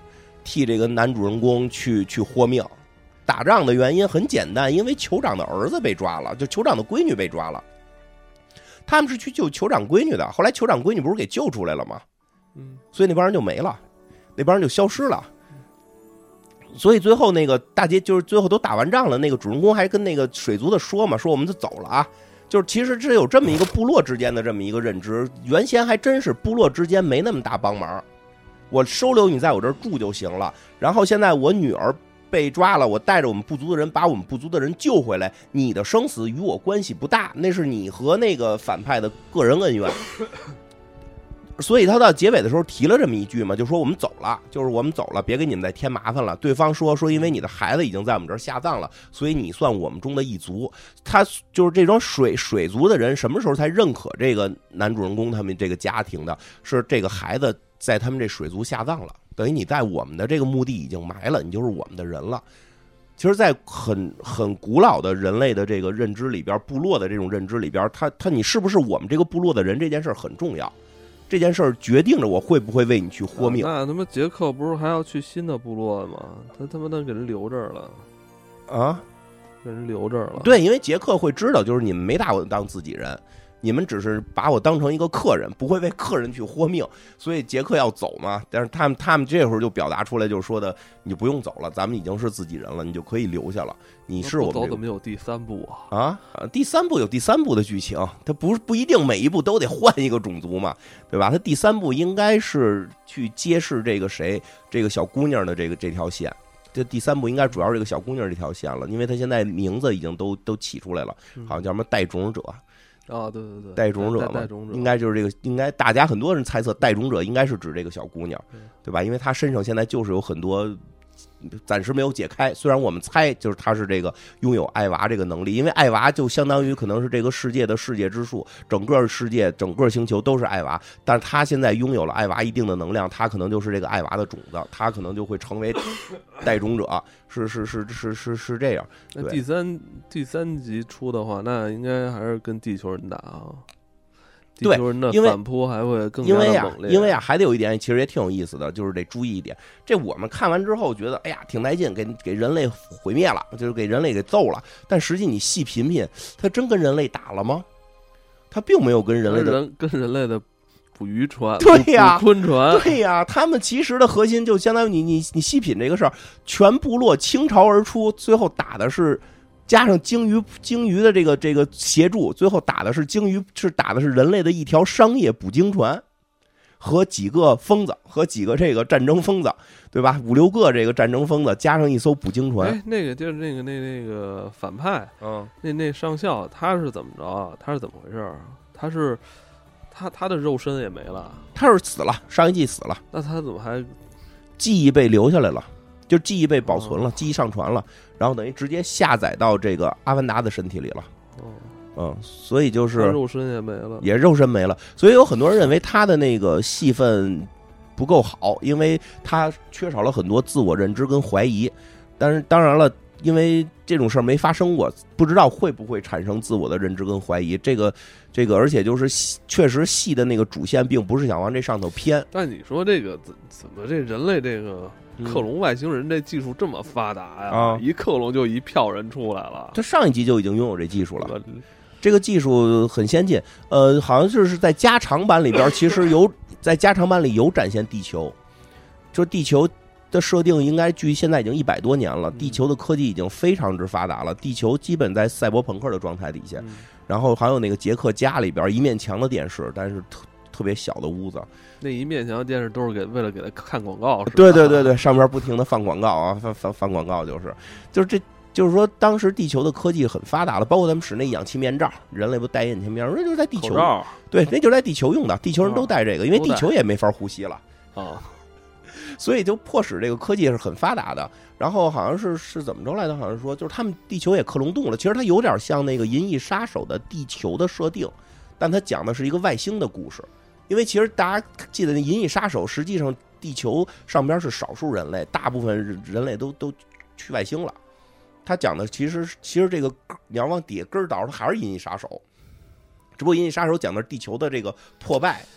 替这个男主人公去去豁命。打仗的原因很简单，因为酋长的儿子被抓了，就酋长的闺女被抓了。他们是去救酋长闺女的，后来酋长闺女不是给救出来了吗？
嗯，
所以那帮人就没了，那帮人就消失了。所以最后那个大街就是最后都打完仗了，那个主人公还跟那个水族的说嘛，说我们就走了啊。就是其实这有这么一个部落之间的这么一个认知，原先还真是部落之间没那么大帮忙，我收留你在我这儿住就行了。然后现在我女儿被抓了，我带着我们部族的人把我们部族的人救回来，你的生死与我关系不大，那是你和那个反派的个人恩怨。所以他到结尾的时候提了这么一句嘛，就说我们走了，就是我们走了，别给你们再添麻烦了。对方说说因为你的孩子已经在我们这儿下葬了，所以你算我们中的一族。他就是这种水水族的人什么时候才认可这个男主人公他们这个家庭的？是这个孩子在他们这水族下葬了，等于你在我们的这个墓地已经埋了，你就是我们的人了。其实在很很古老的人类的这个认知里边，部落的这种认知里边，他他你是不是我们这个部落的人这件事很重要，这件事儿决定着我会不会为你去豁命。
啊、那他妈杰克不是还要去新的部落吗？他他妈的给人留这儿了
啊，
给人留这儿了。
对，因为杰克会知道，就是你们没把我当自己人，你们只是把我当成一个客人，不会为客人去豁命，所以杰克要走嘛。但是他们他们这会儿就表达出来，就是说的，你不用走了，咱们已经是自己人了，你就可以留下了。你是我们、这个、
走怎么有第三部啊？
啊啊！第三部有第三部的剧情，它不不一定每一部都得换一个种族嘛，对吧？它第三部应该是去揭示这个谁，这个小姑娘的这个这条线。这第三部应该主要是这个小姑娘这条线了，因为她现在名字已经都都起出来了，好像叫什么带种者。
啊，对对对，
带种者嘛，应该就是这个，应该大家很多人猜测带种者应该是指这个小姑娘，对吧？因为她身上现在就是有很多暂时没有解开，虽然我们猜就是她是这个拥有爱娃这个能力，因为爱娃就相当于可能是这个世界的世界之树，整个世界整个星球都是爱娃，但是她现在拥有了爱娃一定的能量，她可能就是这个爱娃的种子，她可能就会成为带种者，是是是是是是这样。
那第三第三集出的话，那应该还是跟地球人打啊。地球人的反扑还会更加的猛烈。
因为啊，还得有一点，其实也挺有意思的，就是得注意一点。这我们看完之后觉得，哎呀，挺带劲，给给人类毁灭了，就是给人类给揍了。但实际你细品品，他真跟人类打了吗？他并没有跟人类的
人跟人类的捕鱼船，
对呀，
捕昆船，
对呀，他们其实的核心就相当于你你你细品这个事儿，全部落倾巢而出，最后打的是。加上鲸鱼鲸鱼的这个这个协助，最后打的是鲸鱼，是打的是人类的一条商业捕鲸船，和几个疯子，和几个这个战争疯子，对吧？五六个这个战争疯子，加上一艘捕鲸船。
哎，那个就是那个那那个反派，
嗯，
那那上校他是怎么着啊？他是怎么回事？他是他他的肉身也没了，
他是死了，上一季死了。
那他怎么还
记忆被留下来了？就记忆被保存了，记忆上传了，然后等于直接下载到这个阿凡达的身体里了。嗯，所以就是
肉身也没了，
也肉身没了。所以有很多人认为他的那个戏份不够好，因为他缺少了很多自我认知跟怀疑。但是当然了，因为这种事儿没发生过，不知道会不会产生自我的认知跟怀疑。这个这个，而且就是确实戏的那个主线并不是想往这上头偏。
但你说这个怎怎么这人类这个？克隆外星人这技术这么发达呀！
啊，
一克隆就一票人出来了。
他上一集就已经拥有这技术了，这个技术很先进。呃，好像就是在加长版里边，其实有在加长版里有展现地球，就是地球的设定应该距现在已经一百多年了，地球的科技已经非常之发达了，地球基本在赛博朋克的状态底下。然后还有那个杰克家里边一面墙的电视，但是特特别小的屋子。
那一面墙电视都是给为了给他看广告，是吧？
对对对对，上面不停的放广告啊，放放放广告，就是就是这就是说，当时地球的科技很发达了，包括他们使那氧气面罩，人类不戴氧气面罩，那就是在地球，对，那就是在地球用的，地球人都戴这个，因为地球也没法呼吸了
啊，
所以就迫使这个科技是很发达的。然后好像是是怎么着来的？好像说就是他们地球也克隆动了，其实它有点像那个《银翼杀手》的地球的设定，但它讲的是一个外星的故事。因为其实大家记得那《银翼杀手》，实际上地球上边是少数人类，大部分人类都都去外星了。他讲的其实其实这个你要往底下根儿倒，它还是《银翼杀手》，只不过《银翼杀手》讲的是地球的这个破败。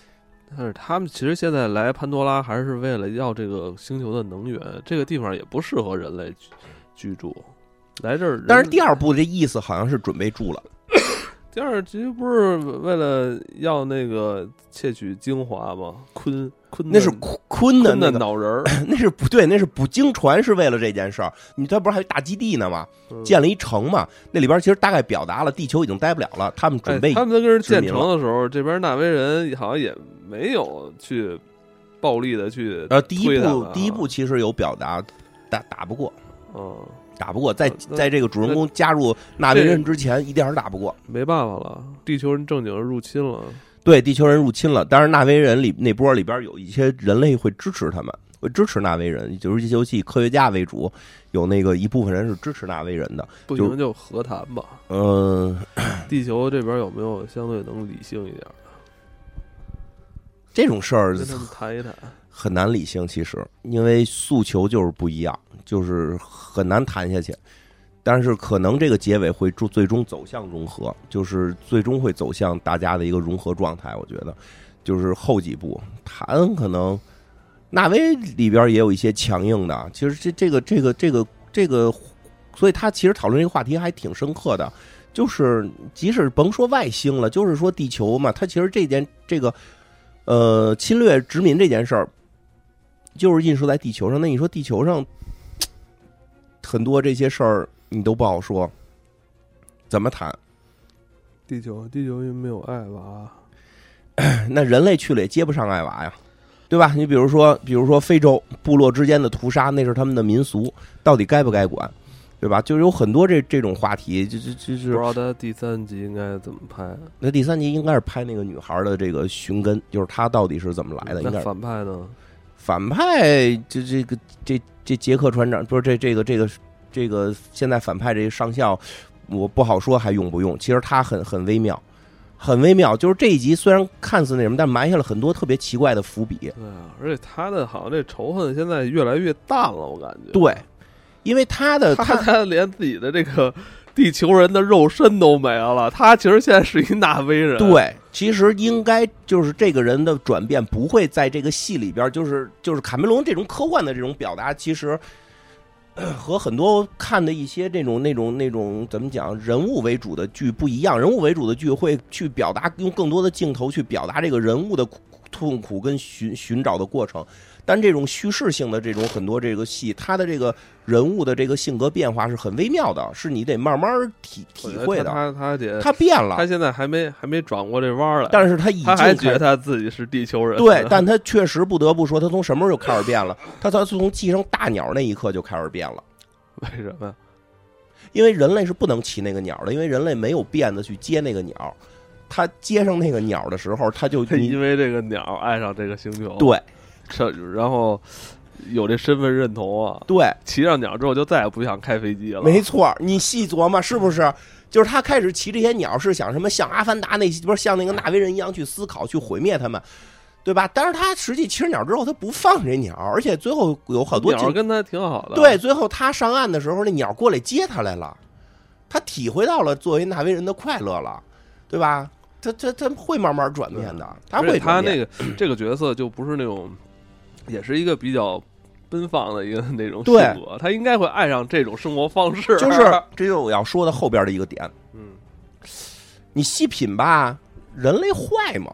但是他们其实现在来潘多拉还是为了要这个星球的能源，这个地方也不适合人类居住。来这儿，
但是第二部这意思好像是准备住了。
第二集不是为了要那个窃取精华吗？鲲鲲
那是鲲的、那个、
的脑仁儿，
那是不对，那是捕鲸船是为了这件事儿。你他不是还有大基地呢吗？
嗯、
建了一城嘛，那里边其实大概表达了地球已经待不了了，他们准备、
哎。他们在跟人建成的时候，这边纳威人好像也没有去暴力的去。
呃，第一部第一部其实有表达，打打不过，
嗯。
打不过，在在这个主人公加入纳威人之前，一定是打不过。
没办法了，地球人正经入侵了。
对，地球人入侵了。当然，纳威人里那波里边有一些人类会支持他们，会支持纳威人，就是这些游戏科学家为主，有那个一部分人是支持纳威人的。
不行就和谈吧。
嗯、呃，
地球这边有没有相对能理性一点的？
这种事儿
跟他们谈一谈。
很难理性，其实因为诉求就是不一样，就是很难谈下去。但是可能这个结尾会最终走向融合，就是最终会走向大家的一个融合状态。我觉得，就是后几部谈可能纳威里边也有一些强硬的，其实这这个这个这个这个，所以他其实讨论这个话题还挺深刻的。就是即使甭说外星了，就是说地球嘛，它其实这件这个呃侵略殖民这件事儿。就是映射在地球上，那你说地球上很多这些事儿你都不好说，怎么谈？
地球地球又没有爱娃，
那人类去了也接不上爱娃呀，对吧？你比如说，比如说非洲部落之间的屠杀，那是他们的民俗，到底该不该管，对吧？就有很多这这种话题，就就就是。
不知道他第三集应该怎么拍？
那第三集应该是拍那个女孩的这个寻根，就是她到底是怎么来的？应该
反派呢？
反派这这个这这杰克船长不是这这个这个这个现在反派这个上校，我不好说还用不用。其实他很很微妙，很微妙。就是这一集虽然看似那什么，但埋下了很多特别奇怪的伏笔。对
啊，而且他的好像这仇恨现在越来越淡了，我感觉。
对，因为他的
他他连自己的这个地球人的肉身都没了，他其实现在是一纳威人。
对。其实应该就是这个人的转变不会在这个戏里边，就是就是卡梅隆这种科幻的这种表达，其实、呃、和很多看的一些这种那种那种怎么讲人物为主的剧不一样。人物为主的剧会去表达，用更多的镜头去表达这个人物的痛苦跟寻寻找的过程。但这种叙事性的这种很多这个戏，它的这个人物的这个性格变化是很微妙的，是你得慢慢体体会的。
他他得
他变了，
他现在还没还没转过这弯来，
但是他已经
他还觉得他自己是地球人。
对，但他确实不得不说，他从什么时候就开始变了？他他从骑上大鸟那一刻就开始变了。
为什么？
因为人类是不能骑那个鸟的，因为人类没有辫子去接那个鸟。他接上那个鸟的时候，他就
因为这个鸟爱上这个星球。
对。
这然后有这身份认同啊，
对，
骑上鸟之后就再也不想开飞机了。
没错，你细琢磨是不是？就是他开始骑这些鸟是想什么？像阿凡达那些，不是像那个纳威人一样去思考、去毁灭他们，对吧？但是他实际骑着鸟之后，他不放这鸟，而且最后有好多
鸟跟他挺好的。
对，最后他上岸的时候，那鸟过来接他来了，他体会到了作为纳威人的快乐了，对吧？他他他会慢慢转变的，他会
他那个这个角色就不是那种。也是一个比较奔放的一个那种性格，他应该会爱上这种生活方式。
就是这就是我要说的后边的一个点。
嗯，
你细品吧，人类坏吗？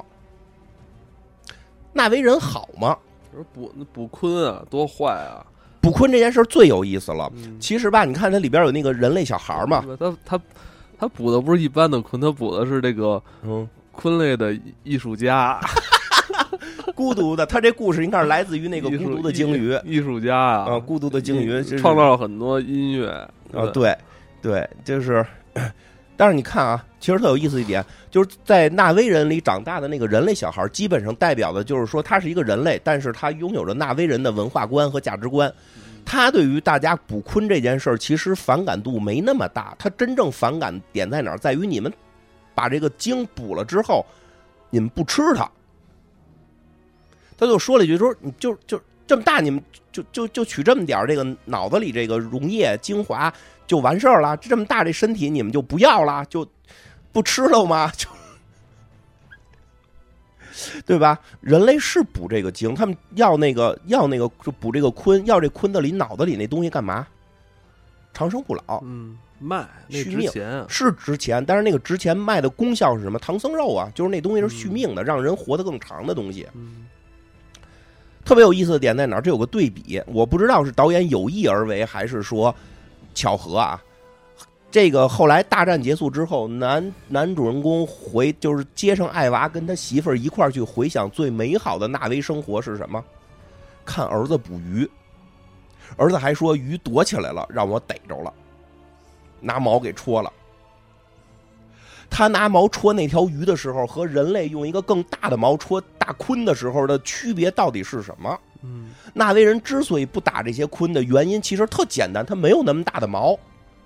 纳威人好吗？
捕捕鲲啊，多坏啊！
捕鲲这件事最有意思了。
嗯、
其实吧，你看它里边有那个人类小孩嘛，
他他他捕的不是一般的鲲，他捕的是这个
嗯
鲲类的艺术家。
孤独的，他这故事应该是来自于那个孤独的鲸鱼
艺术家啊，
啊，孤独的鲸鱼
创造了很多音乐
啊，对对，就是，但是你看啊，其实特有意思一点，就是在纳威人里长大的那个人类小孩，基本上代表的就是说他是一个人类，但是他拥有着纳威人的文化观和价值观。他对于大家捕鲲这件事儿，其实反感度没那么大，他真正反感点在哪儿，在于你们把这个鲸捕了之后，你们不吃它。他就说了一句说，你就就这么大，你们就就就取这么点这个脑子里这个溶液精华就完事儿了，这么大这身体你们就不要了，就不吃了吗？就对吧？人类是补这个精，他们要那个要那个就补这个鲲，要这鲲子里脑子里那东西干嘛？长生不老，
嗯，卖那
续命
值钱啊，
是值钱，但是那个值钱卖的功效是什么？唐僧肉啊，就是那东西是续命的，让人活得更长的东西。
嗯，
特别有意思的点在哪儿？这有个对比，我不知道是导演有意而为还是说巧合啊。这个后来大战结束之后，男男主人公回就是接上艾娃，跟他媳妇儿一块儿去回想最美好的纳威生活是什么？看儿子捕鱼，儿子还说鱼躲起来了，让我逮着了，拿毛给戳了。他拿毛戳那条鱼的时候，和人类用一个更大的毛戳大鲲的时候的区别到底是什么？
嗯，
纳威人之所以不打这些鲲的原因，其实特简单，他没有那么大的毛。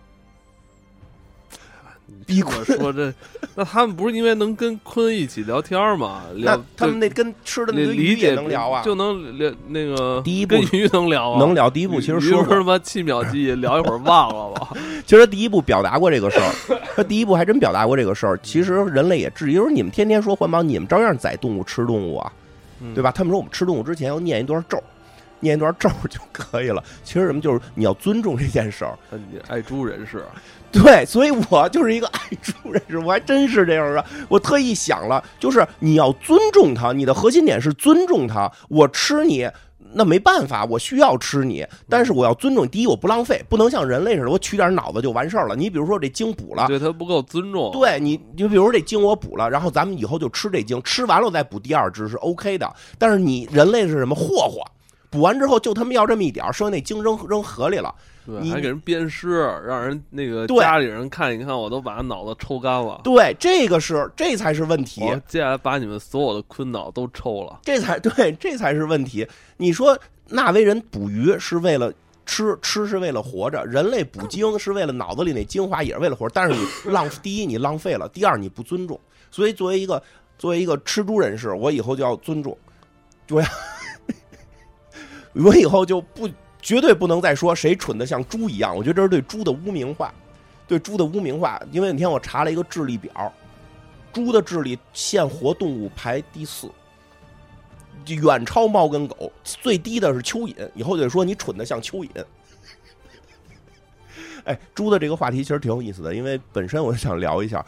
比
我说这，那他们不是因为能跟鲲一起聊天吗？聊
那他们那跟吃的那个鱼
理解
也能聊啊，
就能聊那个
第一步
跟鱼能聊啊，
能聊。第一步其实说
过他妈七秒记忆，聊一会儿忘了吧？
其实第一步表达过这个事儿，他第一步还真表达过这个事儿。其实人类也质疑，就是你们天天说环保，你们照样宰动物吃动物啊，对吧？他们说我们吃动物之前要念一段咒。念一段咒就可以了。其实什么就是你要尊重这件事儿。
你爱猪人士，
对，所以我就是一个爱猪人士，我还真是这样的。我特意想了，就是你要尊重他，你的核心点是尊重他。我吃你，那没办法，我需要吃你，但是我要尊重。第一，我不浪费，不能像人类似的，我取点脑子就完事儿了。你比如说这精补了，
对他不够尊重。
对你，就比如说这精我补了，然后咱们以后就吃这精，吃完了我再补第二只是 OK 的。但是你人类是什么霍霍？补完之后就他妈要这么一点，剩下那精扔扔河里了。
对，还给人鞭尸，让人那个
对
家里人看一看，我都把脑子抽干了。
对，这个是这才是问题。
我接下来把你们所有的鲲脑都抽了，
这才对，这才是问题。你说纳威人捕鱼是为了吃，吃是为了活着；人类捕精是为了脑子里那精华也是为了活着。但是你浪，第一你浪费了，第二你不尊重。所以作为一个作为一个吃猪人士，我以后就要尊重，就要。我以后就不绝对不能再说谁蠢的像猪一样，我觉得这是对猪的污名化，对猪的污名化。因为那天我查了一个智力表，猪的智力现活动物排第四，远超猫跟狗，最低的是蚯蚓。以后就说你蠢的像蚯蚓。哎，猪的这个话题其实挺有意思的，因为本身我想聊一下，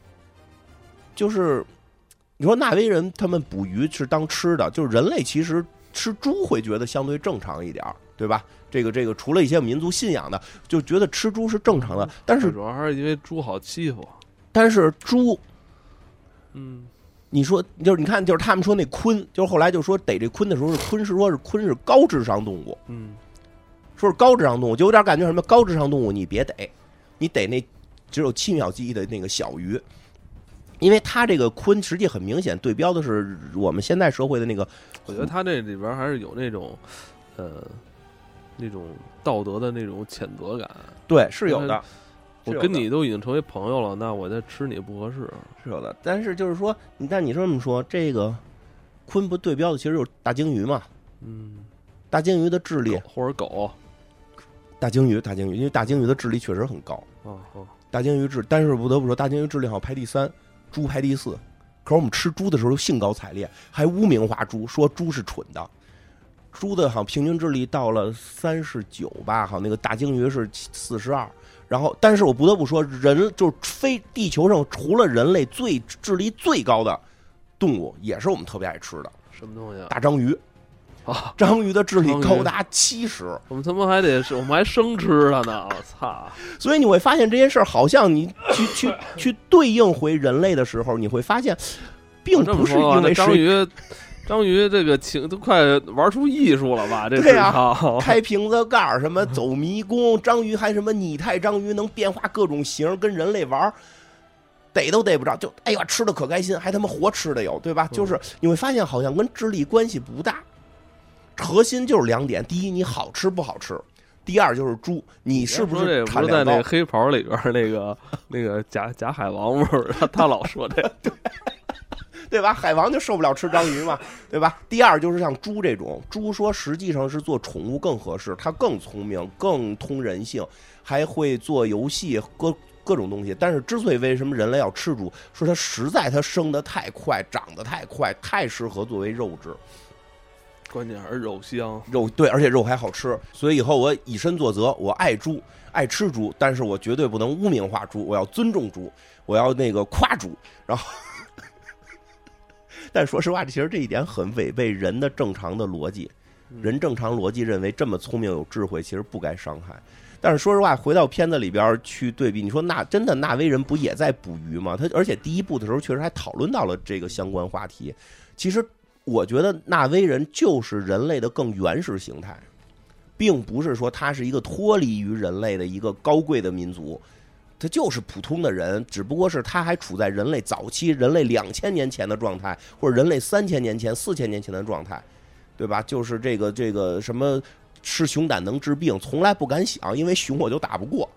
就是你说纳威人他们捕鱼是当吃的，就是人类其实。吃猪会觉得相对正常一点，对吧？这个这个，除了一些民族信仰的，就觉得吃猪是正常的。但是
主要还是因为猪好欺负。
但是猪，
嗯，
你说就是你看，就是他们说那鲲，就是后来就说逮这鲲的时候是鲲是说是鲲是高智商动物，
嗯，
说是高智商动物，就有点感觉什么高智商动物你别逮，你逮那只有七秒记忆的那个小鱼。因为它这个鲲实际很明显对标的是我们现代社会的那个，
我觉得它这里边还是有那种，呃，那种道德的那种谴责感。
对，是有的。
我跟你都已经成为朋友了，那我再吃你不合适。
是有的，但是就是说，你但你这么说，这个鲲不对标的其实就是大鲸鱼嘛？
嗯，
大鲸鱼的智力
或者狗，
大鲸鱼，大鲸鱼，因为大鲸鱼的智力确实很高。
哦哦，
大鲸鱼智，但是不得不说，大鲸鱼智力好像排第三。猪排第四，可是我们吃猪的时候又兴高采烈，还污名化猪，说猪是蠢的。猪的好像平均智力到了三十九吧，好像那个大鲸鱼是四十二。然后，但是我不得不说，人就是非地球上除了人类最智力最高的动物，也是我们特别爱吃的。
什么东西啊？
大章鱼。
啊，
章鱼的智力高达七十，
我们他妈还得是，我们还生吃它呢，我操！
所以你会发现这件事儿，好像你去去去对应回人类的时候，你会发现，并不是因为
章鱼，章鱼这个情都快玩出艺术了吧？这
对啊，开瓶子盖儿，什么走迷宫，章鱼还什么拟态章鱼能变化各种形，跟人类玩。逮都逮不着，就哎呀吃的可开心，还他妈活吃的有，对吧？就是你会发现，好像跟智力关系不大。核心就是两点：第一，你好吃不好吃；第二就是猪，你是不是产量高？
不是在那个黑袍里边那个那个假假海王味儿，他他老说这个，
对对吧？海王就受不了吃章鱼嘛，对吧？第二就是像猪这种，猪说实际上是做宠物更合适，它更聪明，更通人性，还会做游戏，各各种东西。但是之所以为什么人类要吃猪，说它实在它生得太快，长得太快，太适合作为肉质。
关键还是肉香，
肉对，而且肉还好吃。所以以后我以身作则，我爱猪，爱吃猪，但是我绝对不能污名化猪，我要尊重猪，我要那个夸猪。然后，但说实话，其实这一点很违背人的正常的逻辑。人正常逻辑认为这么聪明有智慧，其实不该伤害。但是说实话，回到片子里边去对比，你说那真的纳威人不也在捕鱼吗？他而且第一部的时候确实还讨论到了这个相关话题。其实我觉得纳威人就是人类的更原始形态，并不是说他是一个脱离于人类的一个高贵的民族，他就是普通的人，只不过是他还处在人类早期、人类两千年前的状态，或者人类三千年前、四千年前的状态，对吧？就是这个这个什么吃熊胆能治病，从来不敢想，因为熊我就打不过。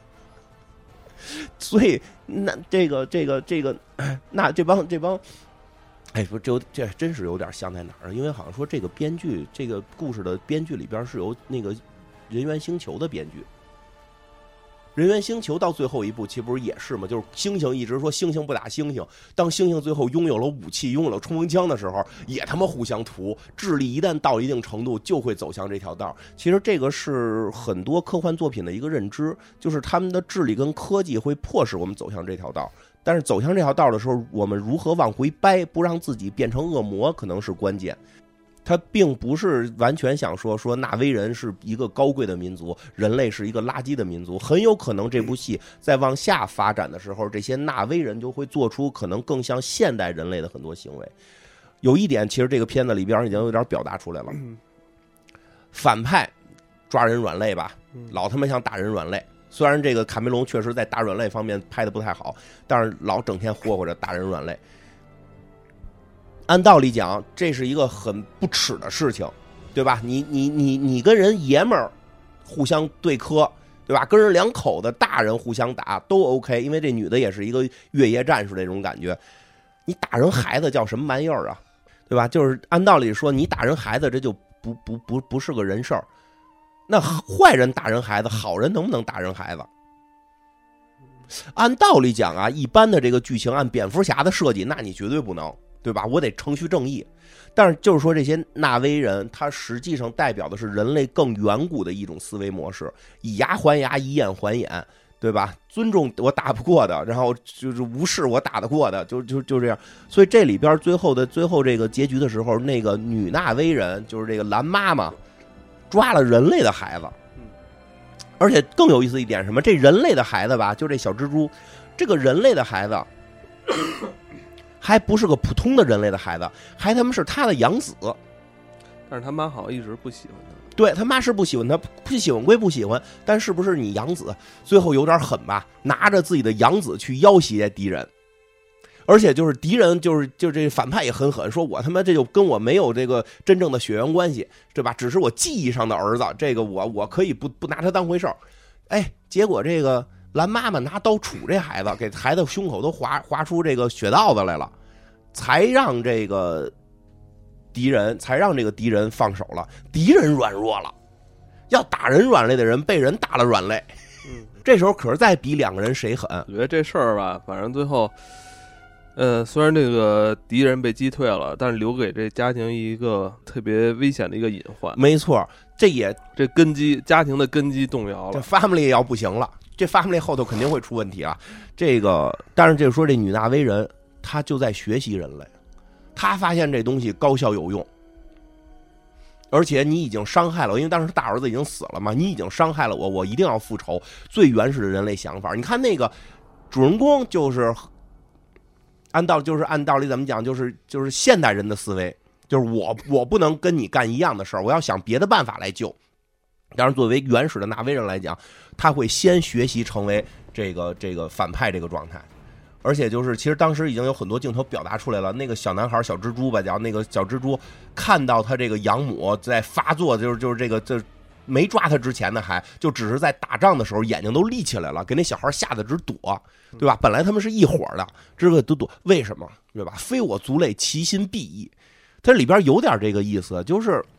所以那这个这个这个那这帮这帮。哎，不，这这真是有点像在哪儿？因为好像说这个编剧，这个故事的编剧里边是由那个人猿星球的编剧。人猿星球到最后一部，其实不是也是吗？就是猩猩一直说猩猩不打猩猩，当猩猩最后拥有了武器、拥有了冲锋枪的时候，也他妈互相屠。智力一旦到一定程度，就会走向这条道。其实这个是很多科幻作品的一个认知，就是他们的智力跟科技会迫使我们走向这条道。但是走向这条道的时候，我们如何往回掰，不让自己变成恶魔，可能是关键。他并不是完全想说说纳威人是一个高贵的民族，人类是一个垃圾的民族。很有可能这部戏在往下发展的时候，这些纳威人就会做出可能更像现代人类的很多行为。有一点，其实这个片子里边已经有点表达出来了，反派抓人软肋吧，老他妈像打人软肋。虽然这个卡梅隆确实在打软肋方面拍的不太好，但是老整天霍霍着打人软肋。按道理讲，这是一个很不耻的事情，对吧？你你你你跟人爷们儿互相对磕，对吧？跟人两口子大人互相打都 OK， 因为这女的也是一个越野战士那种感觉。你打人孩子叫什么玩意儿啊？对吧？就是按道理说，你打人孩子这就不不不不是个人事儿。那坏人打人孩子，好人能不能打人孩子？按道理讲啊，一般的这个剧情按蝙蝠侠的设计，那你绝对不能，对吧？我得程序正义。但是就是说，这些纳威人，他实际上代表的是人类更远古的一种思维模式，以牙还牙，以眼还眼，对吧？尊重我打不过的，然后就是无视我打得过的，就就就这样。所以这里边最后的最后这个结局的时候，那个女纳威人就是这个蓝妈妈。抓了人类的孩子，而且更有意思一点什么？这人类的孩子吧，就这小蜘蛛，这个人类的孩子还不是个普通的人类的孩子，还他妈是他的养子。
但是他妈好像一直不喜欢他。
对他妈是不喜欢他，不喜欢归不喜欢，但是不是你养子？最后有点狠吧，拿着自己的养子去要挟敌人。而且就是敌人，就是就这反派也很狠，说我他妈这就跟我没有这个真正的血缘关系，对吧？只是我记忆上的儿子，这个我我可以不不拿他当回事儿。哎，结果这个蓝妈妈拿刀杵这孩子，给孩子胸口都划划出这个血道子来了，才让这个敌人才让这个敌人放手了，敌人软弱了，要打人软肋的人被人打了软肋。嗯，这时候可是再比两个人谁狠。
我觉得这事儿吧，反正最后。呃，虽然这个敌人被击退了，但是留给这家庭一个特别危险的一个隐患。
没错，这也
这根基家庭的根基动摇了，
这 family 也要不行了，这 family 后头肯定会出问题啊。这个，但是就是说这女纳威人，她就在学习人类，她发现这东西高效有用，而且你已经伤害了我，因为当时大儿子已经死了嘛，你已经伤害了我，我一定要复仇。最原始的人类想法，你看那个主人公就是。按道就是按道理怎么讲，就是就是现代人的思维，就是我我不能跟你干一样的事儿，我要想别的办法来救。当然，作为原始的纳威人来讲，他会先学习成为这个这个反派这个状态，而且就是其实当时已经有很多镜头表达出来了。那个小男孩小蜘蛛吧，叫那个小蜘蛛，看到他这个养母在发作，就是就是这个这。没抓他之前呢，还就只是在打仗的时候眼睛都立起来了，给那小孩吓得直躲，对吧？本来他们是一伙的，这个都躲，为什么？对吧？非我族类，其心必异。它里边有点这个意思，就是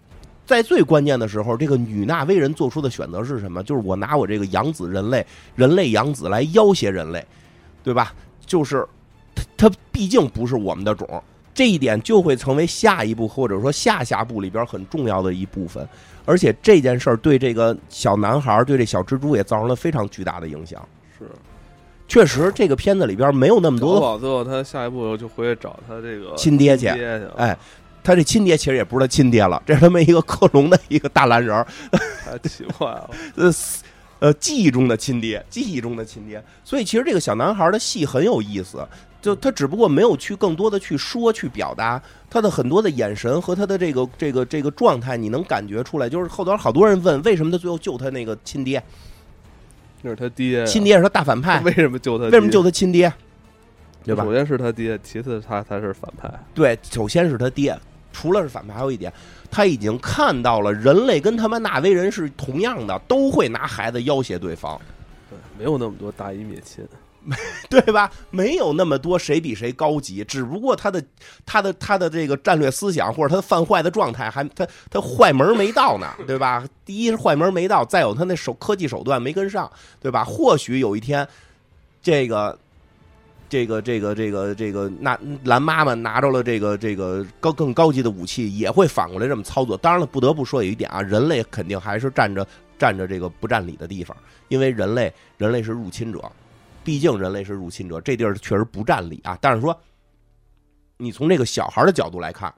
在最关键的时候，这个女纳威人做出的选择是什么？就是我拿我这个养子人类，人类养子来要挟人类，对吧？就是他毕竟不是我们的种，这一点就会成为下一步或者说下下步里边很重要的一部分。而且这件事儿对这个小男孩，对这小蜘蛛也造成了非常巨大的影响。
是，
确实这个片子里边没有那么多的。
搞不好最后他下一步就回去找他这个
亲爹去，哎。他这亲爹其实也不是他亲爹了，这是他们一个克隆的一个大蓝人儿，
太奇怪了。
呃呃，记忆中的亲爹，记忆中的亲爹。所以其实这个小男孩的戏很有意思，就他只不过没有去更多的去说去表达他的很多的眼神和他的这个这个这个状态，你能感觉出来。就是后头好多人问为什么他最后救他那个亲爹，
那是他爹，
亲爹是他大反派，
为什么救他？
为什么救他亲爹？对吧？
首先是他爹，其次他才是反派。
对，首先是他爹。除了是反派，还有一点，他已经看到了人类跟他们纳威人是同样的，都会拿孩子要挟对方。
对，没有那么多大义灭亲，
对吧？没有那么多谁比谁高级，只不过他的他的他的这个战略思想或者他犯坏的状态还他他坏门没到呢，对吧？第一是坏门没到，再有他那手科技手段没跟上，对吧？或许有一天，这个。这个这个这个这个那蓝妈妈拿着了这个这个高更高级的武器，也会反过来这么操作。当然了，不得不说有一点啊，人类肯定还是站着站着这个不占理的地方，因为人类人类是入侵者，毕竟人类是入侵者，这地儿确实不占理啊。但是说，你从这个小孩的角度来看。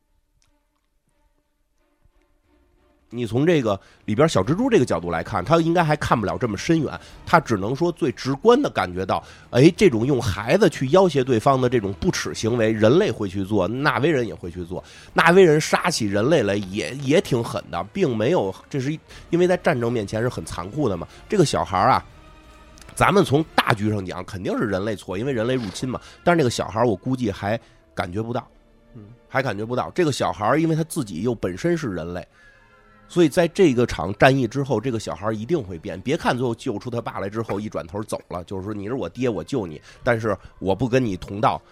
你从这个里边小蜘蛛这个角度来看，他应该还看不了这么深远，他只能说最直观的感觉到，哎，这种用孩子去要挟对方的这种不耻行为，人类会去做，纳威人也会去做，纳威人杀起人类来也也挺狠的，并没有，这是因为在战争面前是很残酷的嘛。这个小孩啊，咱们从大局上讲肯定是人类错，因为人类入侵嘛，但是这个小孩我估计还感觉不到，嗯，还感觉不到这个小孩，因为他自己又本身是人类。所以在这个场战役之后，这个小孩一定会变。别看最后救出他爸来之后，一转头走了，就是说你是我爹，我救你，但是我不跟你同道，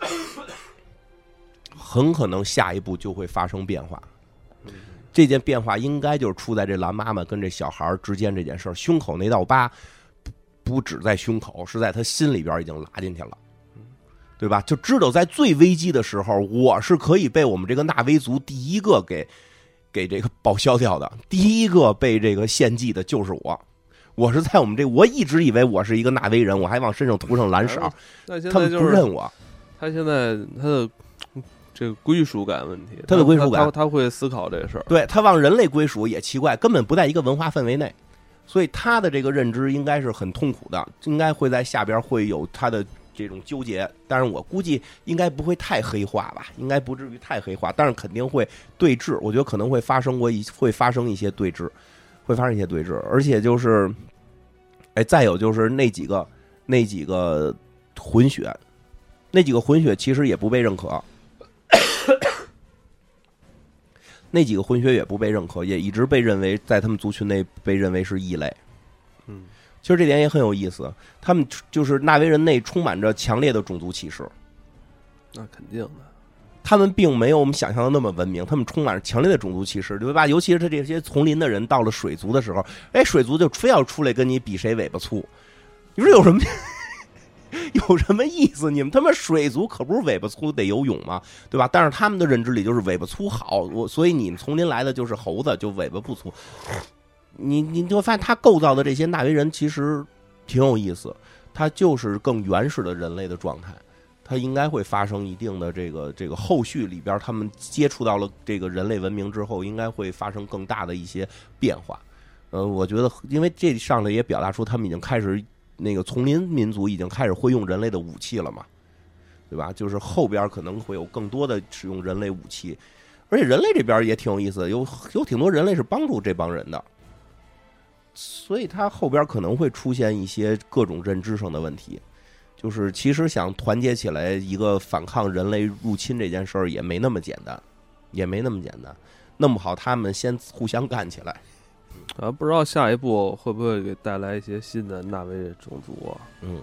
很可能下一步就会发生变化。这件变化应该就是出在这蓝妈妈跟这小孩之间这件事儿。胸口那道疤不止在胸口，是在他心里边已经拉进去了，对吧？就知道在最危机的时候，我是可以被我们这个纳威族第一个给。给这个报销掉的，第一个被这个献祭的就是我。我是在我们这，我一直以为我是一个纳威人，我还往身上涂上蓝色，他们不认我。
他现在他的这个归属感问题，
他的归属感，
他, 他, 他会思考这事儿。
对，他往人类归属也奇怪，根本不在一个文化氛围内，所以他的这个认知应该是很痛苦的，应该会在下边会有他的。这种纠结，但是我估计应该不会太黑化吧，应该不至于太黑化，但是肯定会对峙，我觉得可能会发生过一会发生一些对峙，会发生一些对峙，而且就是，哎，再有就是那几个那几个混血，那几个混血其实也不被认可，那几个混血也不被认可，也一直被认为在他们族群内被认为是异类，嗯。其实这点也很有意思，他们就是纳威人内充满着强烈的种族歧视。
那肯定的，
他们并没有我们想象的那么文明，他们充满着强烈的种族歧视，对吧？尤其是他这些丛林的人到了水族的时候，哎，水族就非要出来跟你比谁尾巴粗，你说有什么有什么意思？你们他妈水族可不是尾巴粗得游泳吗？对吧？但是他们的认知里就是尾巴粗好，我所以你们丛林来的就是猴子，就尾巴不粗。你你就发现他构造的这些纳威人其实挺有意思，他就是更原始的人类的状态，他应该会发生一定的这个这个后续里边，他们接触到了这个人类文明之后，应该会发生更大的一些变化。呃，我觉得，因为这上来也表达出他们已经开始那个丛林民族已经开始会用人类的武器了嘛，对吧？就是后边可能会有更多的使用人类武器，而且人类这边也挺有意思，有有挺多人类是帮助这帮人的。所以他后边可能会出现一些各种认知上的问题，就是其实想团结起来一个反抗人类入侵这件事儿也没那么简单，也没那么简单。弄不好他们先互相干起来，
啊，不知道下一步会不会给带来一些新的纳威种族啊？
嗯，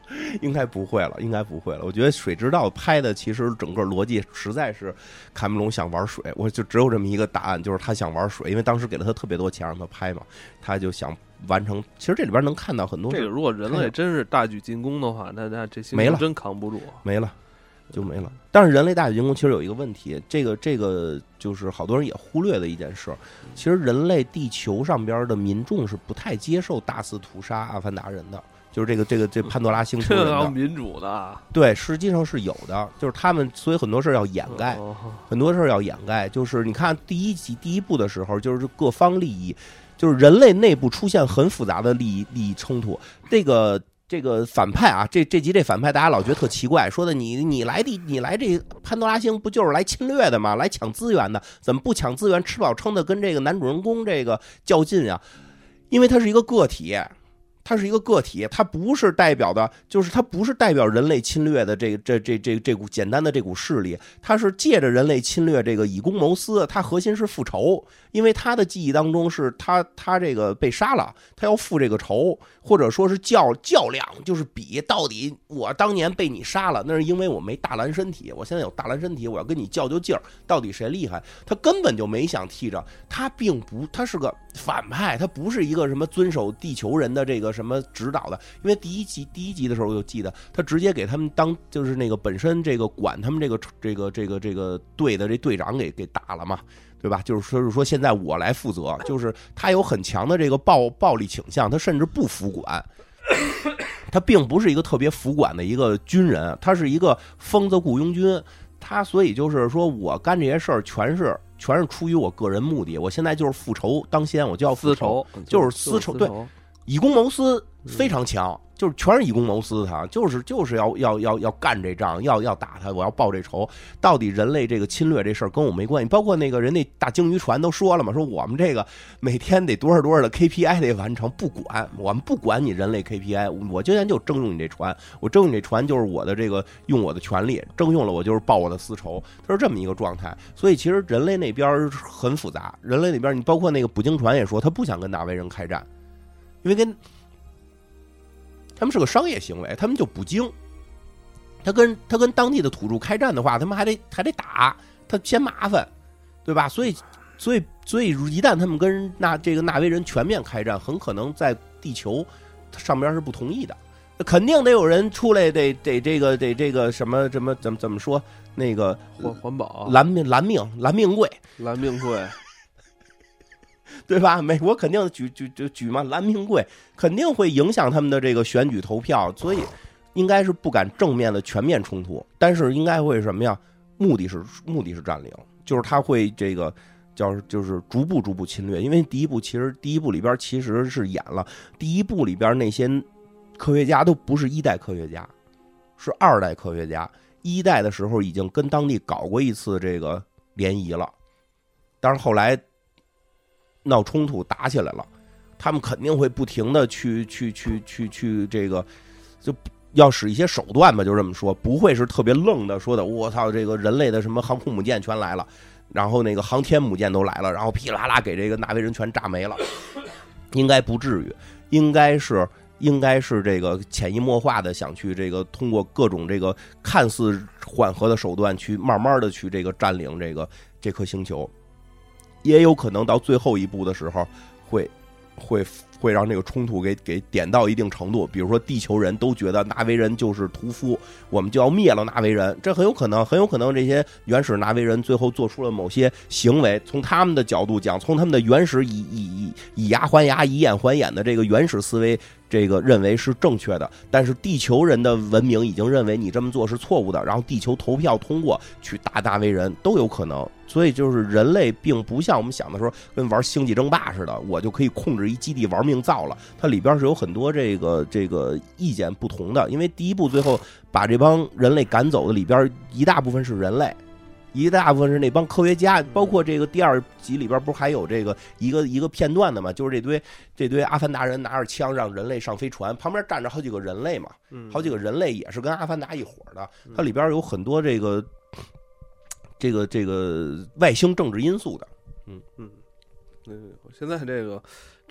应该不会了，应该不会了。我觉得《水之道》拍的其实整个逻辑实在是卡梅隆想玩水，我就只有这么一个答案，就是他想玩水，因为当时给了他特别多钱让他拍嘛，他就想完成。其实这里边能看到很多
这个，如果人类真是大举进攻的话，那那这些
没了，
真扛不住，
没了。就没了。但是人类大举进攻其实有一个问题，这个这个就是好多人也忽略的一件事。其实人类地球上边的民众是不太接受大肆屠杀阿凡达人的，就是这个这个这潘多拉星球人的，
这要民主的，
对，实际上是有的，就是他们所以很多事要掩盖，很多事要掩盖。就是你看第一集第一部的时候，就是各方利益，就是人类内部出现很复杂的利益利益冲突，这个。这个反派啊，这这集这反派大家老觉得特奇怪，说的你你来的你来这潘多拉星不就是来侵略的吗？来抢资源的，怎么不抢资源吃饱撑的跟这个男主人公这个较劲啊？因为他是一个个体，它是一个个体，它不是代表的，就是它不是代表人类侵略的这个这这这这股简单的这股势力，它是借着人类侵略这个以公谋私，它核心是复仇，因为他的记忆当中是他他这个被杀了，他要复这个仇，或者说是较较量，就是比到底我当年被你杀了，那是因为我没大蓝身体，我现在有大蓝身体，我要跟你较较劲儿，到底谁厉害？他根本就没想替着，他并不，他是个反派，他不是一个什么遵守地球人的这个什么指导的，因为第一集第一集的时候我就记得，他直接给他们当就是那个本身这个管他们这个这个这个这个队的这队长给给打了嘛。对吧？就是说，是说现在我来负责，就是他有很强的这个暴暴力倾向，他甚至不服管，他并不是一个特别服管的一个军人，他是一个疯子雇佣军，他所以就是说我干这些事儿全是全是出于我个人目的，我现在就是复仇当先，我就要复仇，就是私仇，对，以公谋私非常强。就是全是以公谋私，他就是就是要要要要干这仗，要要打他，我要报这仇。到底人类这个侵略这事儿跟我没关系，包括那个人那大鲸鱼船都说了嘛，说我们这个每天得多少多少的 K P I 得完成，不管我们不管你人类 K P I， 我今天就征用你这船，我征用你这船就是我的这个用我的权利，征用了我就是报我的私仇，它是这么一个状态。所以其实人类那边很复杂，人类那边你包括那个捕鲸船也说，他不想跟纳维人开战，因为跟他们是个商业行为，他们就捕鲸。他跟他跟当地的土著开战的话，他们还得还得打，他嫌麻烦，对吧？所以，所以，所以一旦他们跟纳这个纳维人全面开战，很可能在地球上边是不同意的，肯定得有人出来得，得得这个得这个什么什么怎么怎么说那个
环环保
蓝命蓝命蓝命贵
蓝命贵。
对吧？美国肯定举举举举嘛，蓝命贵肯定会影响他们的这个选举投票，所以应该是不敢正面的全面冲突，但是应该会什么呀？目的是目的是占领，就是他会这个叫就是逐步逐步侵略。因为第一部其实第一部里边其实是演了，第一部里边那些科学家都不是一代科学家，是二代科学家。一代的时候已经跟当地搞过一次这个联谊了，但是后来闹冲突打起来了，他们肯定会不停的去去去去去这个，就要使一些手段吧，就这么说，不会是特别愣的说的，我操，这个人类的什么航空母舰全来了，然后那个航天母舰都来了，然后噼啦啦给这个纳维人全炸没了，应该不至于，应该是应该是这个潜移默化的想去这个通过各种这个看似缓和的手段去慢慢的去这个占领这个这颗星球。也有可能到最后一步的时候会会会让这个冲突给给点到一定程度，比如说地球人都觉得纳维人就是屠夫，我们就要灭了纳维人，这很有可能很有可能这些原始纳维人最后做出了某些行为，从他们的角度讲，从他们的原始以以以以牙还牙以眼还眼的这个原始思维这个认为是正确的，但是地球人的文明已经认为你这么做是错误的，然后地球投票通过去打纳维人都有可能。所以就是人类并不像我们想的说跟玩星际争霸似的，我就可以控制一基地玩命造了，它里边是有很多这个这个意见不同的。因为第一部最后把这帮人类赶走的里边一大部分是人类，一大部分是那帮科学家，包括这个第二集里边不是还有这个一个一个片段的嘛，就是这堆这堆阿凡达人拿着枪让人类上飞船，旁边站着好几个人类嘛，好几个人类也是跟阿凡达一伙的，它里边有很多这个这个这个外星政治因素的。
嗯嗯，嗯，现在这个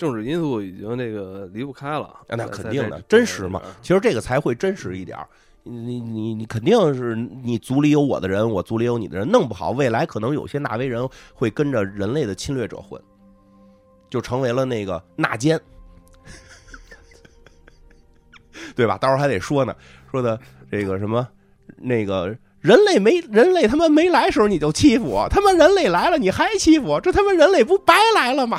政治因素已经这个离不开了。
啊，那肯定的，真实嘛。其实这个才会真实一点。你你你肯定是你族里有我的人，我族里有你的人，弄不好未来可能有些纳维人会跟着人类的侵略者混，就成为了那个纳奸，对吧？到时候还得说呢，说的这个什么那个人类没人类他妈没来时候你就欺负我，他妈人类来了你还欺负我，这他妈人类不白来了吗？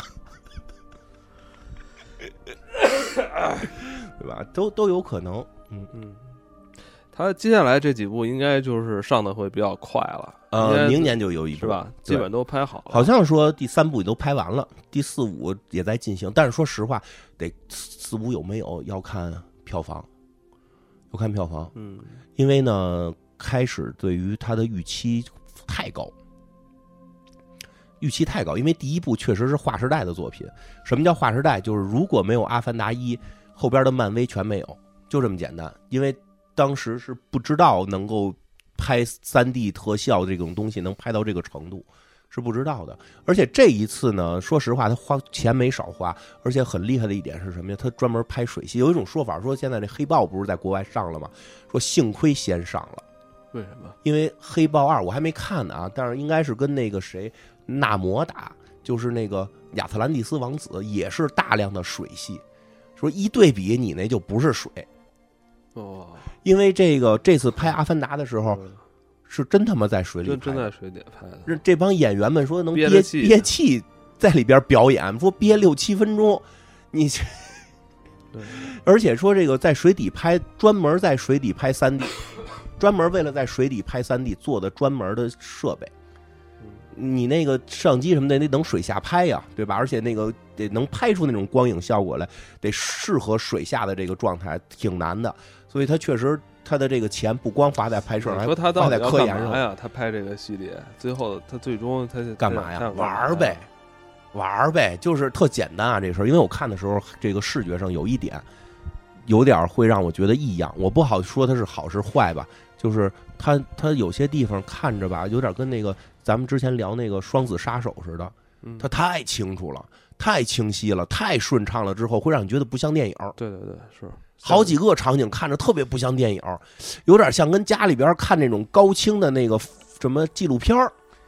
对吧？都都有可能。嗯
嗯。他接下来这几部应该就是上的会比较快了，
呃，明年就有一部
是吧？基本都拍好了，
好像说第三部也都拍完了，第四五也在进行。但是说实话，得四五有没有要看票房，要看票房。
嗯，
因为呢，开始对于它的预期太高，预期太高。因为第一部确实是划时代的作品。什么叫划时代？就是如果没有《阿凡达一》，后边的漫威全没有，就这么简单。因为当时是不知道能够拍 三 D 特效这种东西能拍到这个程度，是不知道的。而且这一次呢，说实话他花钱没少花，而且很厉害的一点是什么呀？他专门拍水系。有一种说法说现在这黑豹不是在国外上了吗？说幸亏先上了。
为什么？
因为黑豹二我还没看呢啊，但是应该是跟那个谁纳摩打，就是那个亚特兰蒂斯王子，也是大量的水系。说一对比你那就不是水。
哦，
因为这个这次拍《阿凡达》的时候，是真他妈在水里拍的，
真在水底拍的。
这这帮演员们说能憋
憋气
憋气在里边表演，说憋六七分钟，你而且说这个在水底拍，专门在水底拍 三 D， 专门为了在水底拍 三 D 做的专门的设备。你那个摄像机什么的得等水下拍呀，对吧？而且那个得能拍出那种光影效果来，得适合水下的这个状态，挺难的。所以他确实他的这个钱不光花在拍摄上，还花在科研上
呀。他拍这个系列，最后他最终他
干嘛呀？玩呗，玩呗，就是特简单啊这事儿。因为我看的时候，这个视觉上有一点，有点会让我觉得异样。我不好说它是好是坏吧，就是它它有些地方看着吧，有点跟那个咱们之前聊那个双子杀手似的，它太清楚了，太清晰了，太顺畅了，之后会让你觉得不像电影。
对对对，是
好几个场景看着特别不像电影，有点像跟家里边看那种高清的那个什么纪录片儿，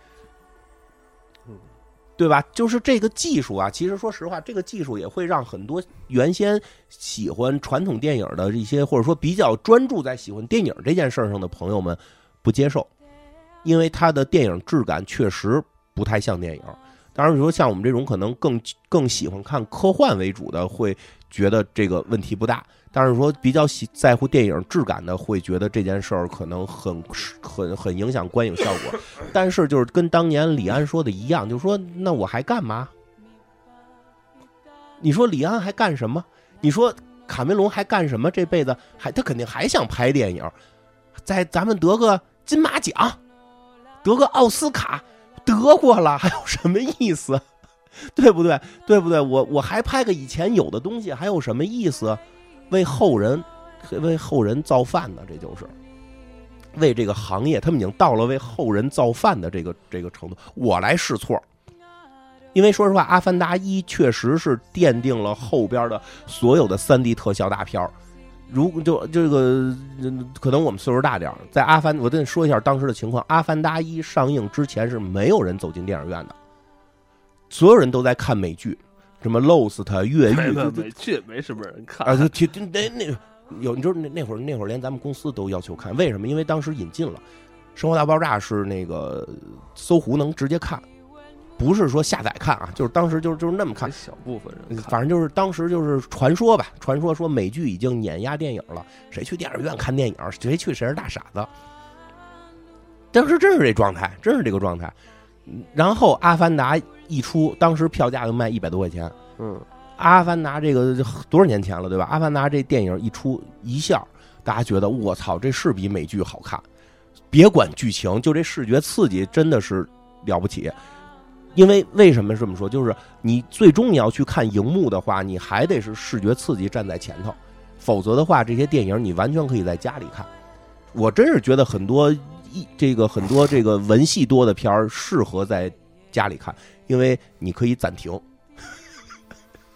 对吧？就是这个技术啊，其实说实话，这个技术也会让很多原先喜欢传统电影的一些，或者说比较专注在喜欢电影这件事上的朋友们不接受，因为它的电影质感确实不太像电影。当然，你说像我们这种可能更更喜欢看科幻为主的，会觉得这个问题不大。但是说比较喜在乎电影质感的，会觉得这件事儿可能很很很影响观影效果。但是就是跟当年李安说的一样，就是说那我还干嘛？你说李安还干什么？你说卡梅隆还干什么？这辈子还他肯定还想拍电影，在咱们得个金马奖，得个奥斯卡，得过了，还有什么意思？对不对？对不对？我我还拍个以前有的东西，还有什么意思？为后人为后人造饭呢，这就是为这个行业，他们已经到了为后人造饭的这个这个程度。我来试错，因为说实话，《阿凡达一》确实是奠定了后边的所有的 三 D 特效大片。如果就这个可能我们岁数大点，在阿凡，我跟你说一下当时的情况，《阿凡达一》上映之前是没有人走进电影院的，所有人都在看美剧。什么 Lost 越狱，
美剧没什么人看
啊！就那那有，你知道那那会儿那会儿连咱们公司都要求看，为什么？因为当时引进了《生活大爆炸》，是那个搜狐能直接看，不是说下载看啊，就是当时就是就是那么看，
小部分人看，
反正就是当时就是传说吧，传说说美剧已经碾压电影了，谁去电影院看电影，谁去谁是大傻子。当时真是这状态，真是这个状态。然后《阿凡达》一出，当时票价就卖一百多块钱。
嗯，
阿凡达这个多少年前了，对吧？阿凡达这电影一出一下，大家觉得我操，这是比美剧好看。别管剧情，就这视觉刺激真的是了不起。因为为什么这么说？就是你最终你要去看荧幕的话，你还得是视觉刺激站在前头，否则的话，这些电影你完全可以在家里看。我真是觉得很多一这个很多这个文戏多的片儿适合在家里看，因为你可以暂停。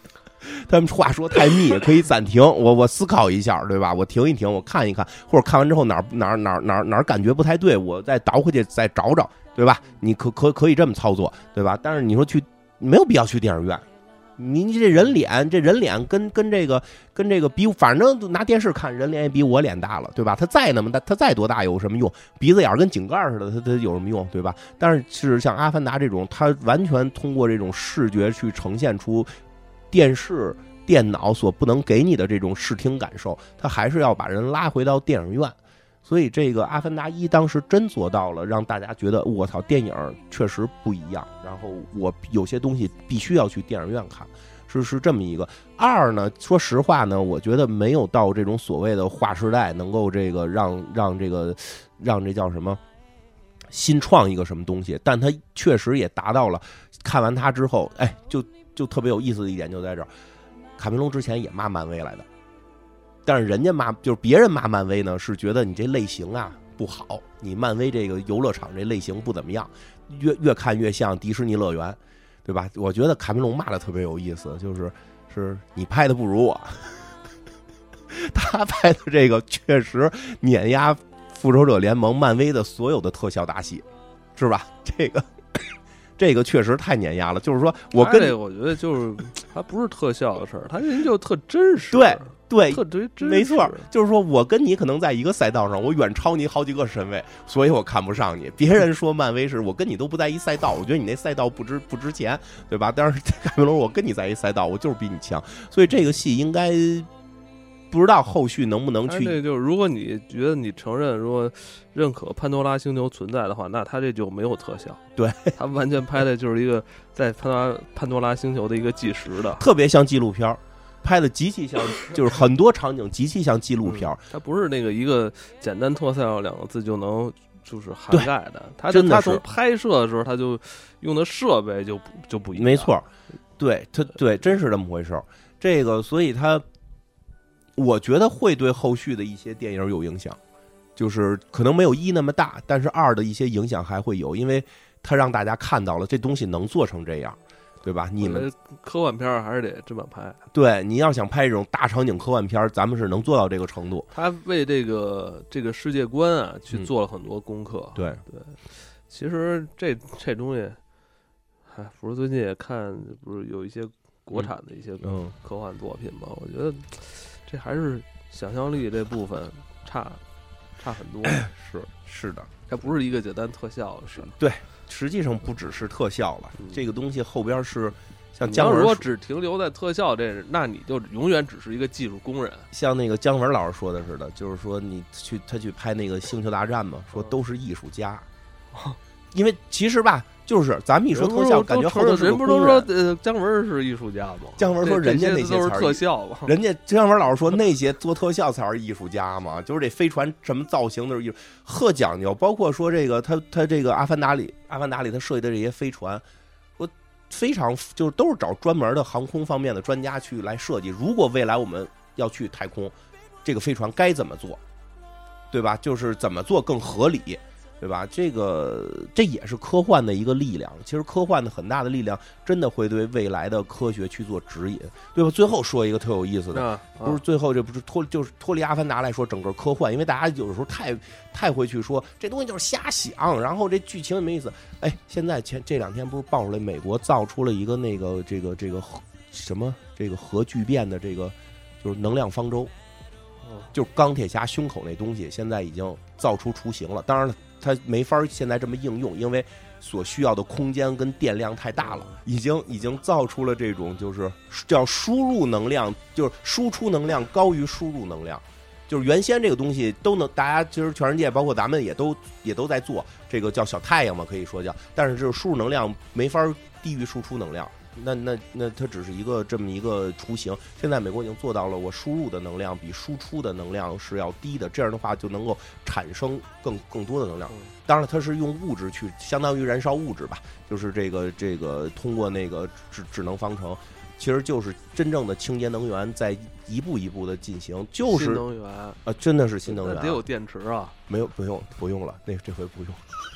他们话说太密，可以暂停，我我思考一下，对吧？我停一停，我看一看，或者看完之后哪儿哪儿哪儿哪儿哪儿感觉不太对，我再倒回去再找找，对吧？你可可可以这么操作，对吧？但是你说去没有必要去电影院。你这人脸，这人脸跟跟这个跟这个比，反正拿电视看人脸也比我脸大了，对吧？他再那么大，他再多大有什么用？鼻子眼跟井盖似的，他他有什么用，对吧？但是是像《阿凡达》这种，它完全通过这种视觉去呈现出电视、电脑所不能给你的这种视听感受，它还是要把人拉回到电影院。所以这个《阿凡达一》当时真做到了，让大家觉得我操，电影确实不一样。然后我有些东西必须要去电影院看，是是这么一个。二呢，说实话呢，我觉得没有到这种所谓的划时代，能够这个让让这个让这叫什么新创一个什么东西，但它确实也达到了。看完它之后，哎，就就特别有意思的一点就在这儿，卡梅隆之前也骂漫威来的。但是人家骂就是别人骂漫威呢，是觉得你这类型啊不好，你漫威这个游乐场这类型不怎么样，越越看越像迪士尼乐园，对吧？我觉得卡梅隆骂的特别有意思，就是是你拍的不如我，他拍的这个确实碾压复仇者联盟漫威的所有的特效大戏，是吧？这个这个确实太碾压了，就是说我跟
这我觉得就是他不是特效的事儿，他人就特真实，
对。对，
特真实，
没错，就是说我跟你可能在一个赛道上，我远超你好几个身位，所以我看不上你。别人说漫威是我跟你都不在一赛道，我觉得你那赛道不值不值钱，对吧？但是卡梅隆我跟你在一赛道，我就是比你强，所以这个戏应该不知道后续能不能去。
这就是如果你觉得你承认，如果认可潘多拉星球存在的话，那他这就没有特效，
对
他完全拍的就是一个在潘多拉潘多拉星球的一个纪实的，
特别像纪录片。拍的极其像，就是很多场景极其像纪录片、嗯。
它不是那个一个简单特效两个字就能就是涵盖的。它
真的
它从拍摄的时候，它就用的设备就就不一样。
没错，对，它对，真是这么回事。这个，所以它，我觉得会对后续的一些电影有影响，就是可能没有一那么大，但是二的一些影响还会有，因为它让大家看到了这东西能做成这样。对吧？你们
科幻片还是得这么拍。
对，你要想拍这种大场景科幻片，咱们是能做到这个程度。
他为这个这个世界观啊，去做了很多功课。
嗯、对
对，其实这这东西，哎，不是最近也看，不是有一些国产的一些科幻作品嘛？嗯、我觉得这还是想象力这部分差差很多。
是是的，
它不是一个简单特效的事。
对。实际上不只是特效了，
嗯、
这个东西后边是像姜文，
如果只停留在特效这，那你就永远只是一个技术工人。
像那个姜文老师说的似的，就是说你去他去拍那个《星球大战》嘛，说都是艺术家，嗯、因为其实吧，就是咱们一说特效，感觉后头是个工人。
人不都说呃姜文是艺术家吗？
姜文说人家那些
都是特效嘛，
人家姜文老师说那些做特效才是艺术家嘛，就是这飞船什么造型都是艺术，特讲究。包括说这个他他这个《阿凡达》里，《阿凡达》里他设计的这些飞船，我非常就是都是找专门的航空方面的专家去来设计。如果未来我们要去太空，这个飞船该怎么做，对吧？就是怎么做更合理。对吧？这个这也是科幻的一个力量。其实科幻的很大的力量，真的会对未来的科学去做指引，对吧？最后说一个特有意思的，
啊啊、
不是最后这不是脱就是脱离《阿凡达》来说，整个科幻，因为大家有的时候太太会去说这东西就是瞎想，然后这剧情也没意思。哎，现在前这两天不是爆出来，美国造出了一个那个这个这个什么这个核聚变的这个就是能量方舟，就是钢铁侠胸口那东西，现在已经造出雏形了。当然了。它没法现在这么应用，因为所需要的空间跟电量太大了，已经已经造出了这种就是叫输入能量，就是输出能量高于输入能量，就是原先这个东西都能，大家其实全世界包括咱们也都也都在做这个叫小太阳嘛，可以说叫，但是这个输入能量没法低于输出能量。那那那它只是一个这么一个雏形。现在美国已经做到了，我输入的能量比输出的能量是要低的，这样的话就能够产生更更多的能量。当然了，它是用物质去，相当于燃烧物质吧，就是这个这个通过那个智智能方程，其实就是真正的清洁能源在一步一步的进行，就是
新能源
啊、呃，真的是新能源，
得有电池啊，
没有不用不用了，那这回不用。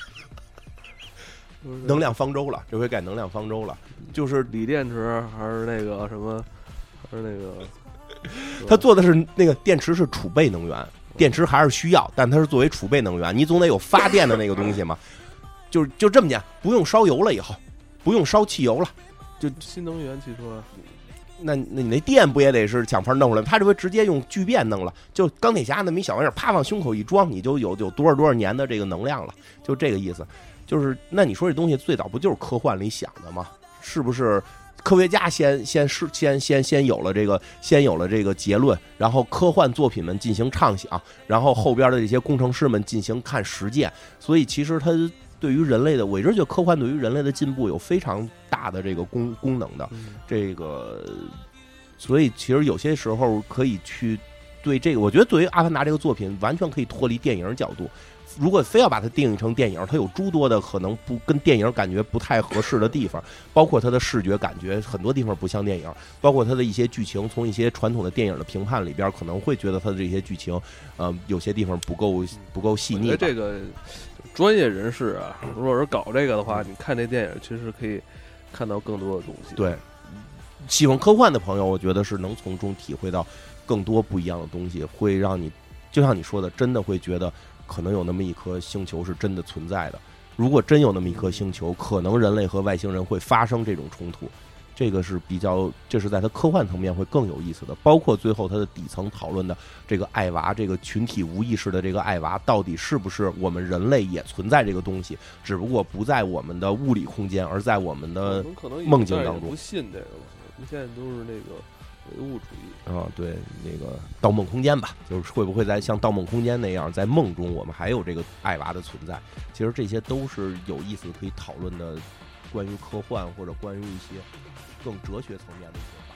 能量方舟了，这回改能量方舟了，就是
锂电池还是那个什么， 是那个，
他做的是那个电池是储备能源，电池还是需要，但它是作为储备能源，你总得有发电的那个东西嘛。就就这么讲，不用烧油了以后，不用烧汽油了，就
新能源汽车。
那那你那电不也得是想法弄出来？他这回直接用聚变弄了，就钢铁侠那么一小玩意儿，啪往胸口一装，你就有有多少多少年的这个能量了，就这个意思。就是那你说这东西最早不就是科幻里想的吗？是不是？科学家先先是先先先有了这个先有了这个结论，然后科幻作品们进行畅想，然后后边的这些工程师们进行看实践。所以其实它对于人类的，我一直觉得科幻对于人类的进步有非常大的这个功功能的。这个，所以其实有些时候可以去对这个，我觉得作为《阿凡达》这个作品，完全可以脱离电影角度。如果非要把它定义成电影，它有诸多的可能不跟电影感觉不太合适的地方，包括它的视觉感觉很多地方不像电影，包括它的一些剧情，从一些传统的电影的评判里边可能会觉得它的这些剧情，呃，有些地方不够不够细腻。
这个专业人士啊，如果是搞这个的话，你看这电影其实可以看到更多的东西。
对，喜欢科幻的朋友，我觉得是能从中体会到更多不一样的东西，会让你就像你说的，真的会觉得。可能有那么一颗星球是真的存在的，如果真有那么一颗星球，可能人类和外星人会发生这种冲突，这个是比较，这是在它科幻层面会更有意思的。包括最后它的底层讨论的这个爱娃，这个群体无意识的这个爱娃，到底是不是我们人类也存在这个东西，只不过不在我们的物理空间，而在我们的梦境当中。
不信这个，你现在都是那个。唯物主义
啊，对，那个《盗梦空间》吧，就是会不会在像《盗梦空间》那样，在梦中我们还有这个爱娃的存在？其实这些都是有意思可以讨论的，关于科幻或者关于一些更哲学层面的一些。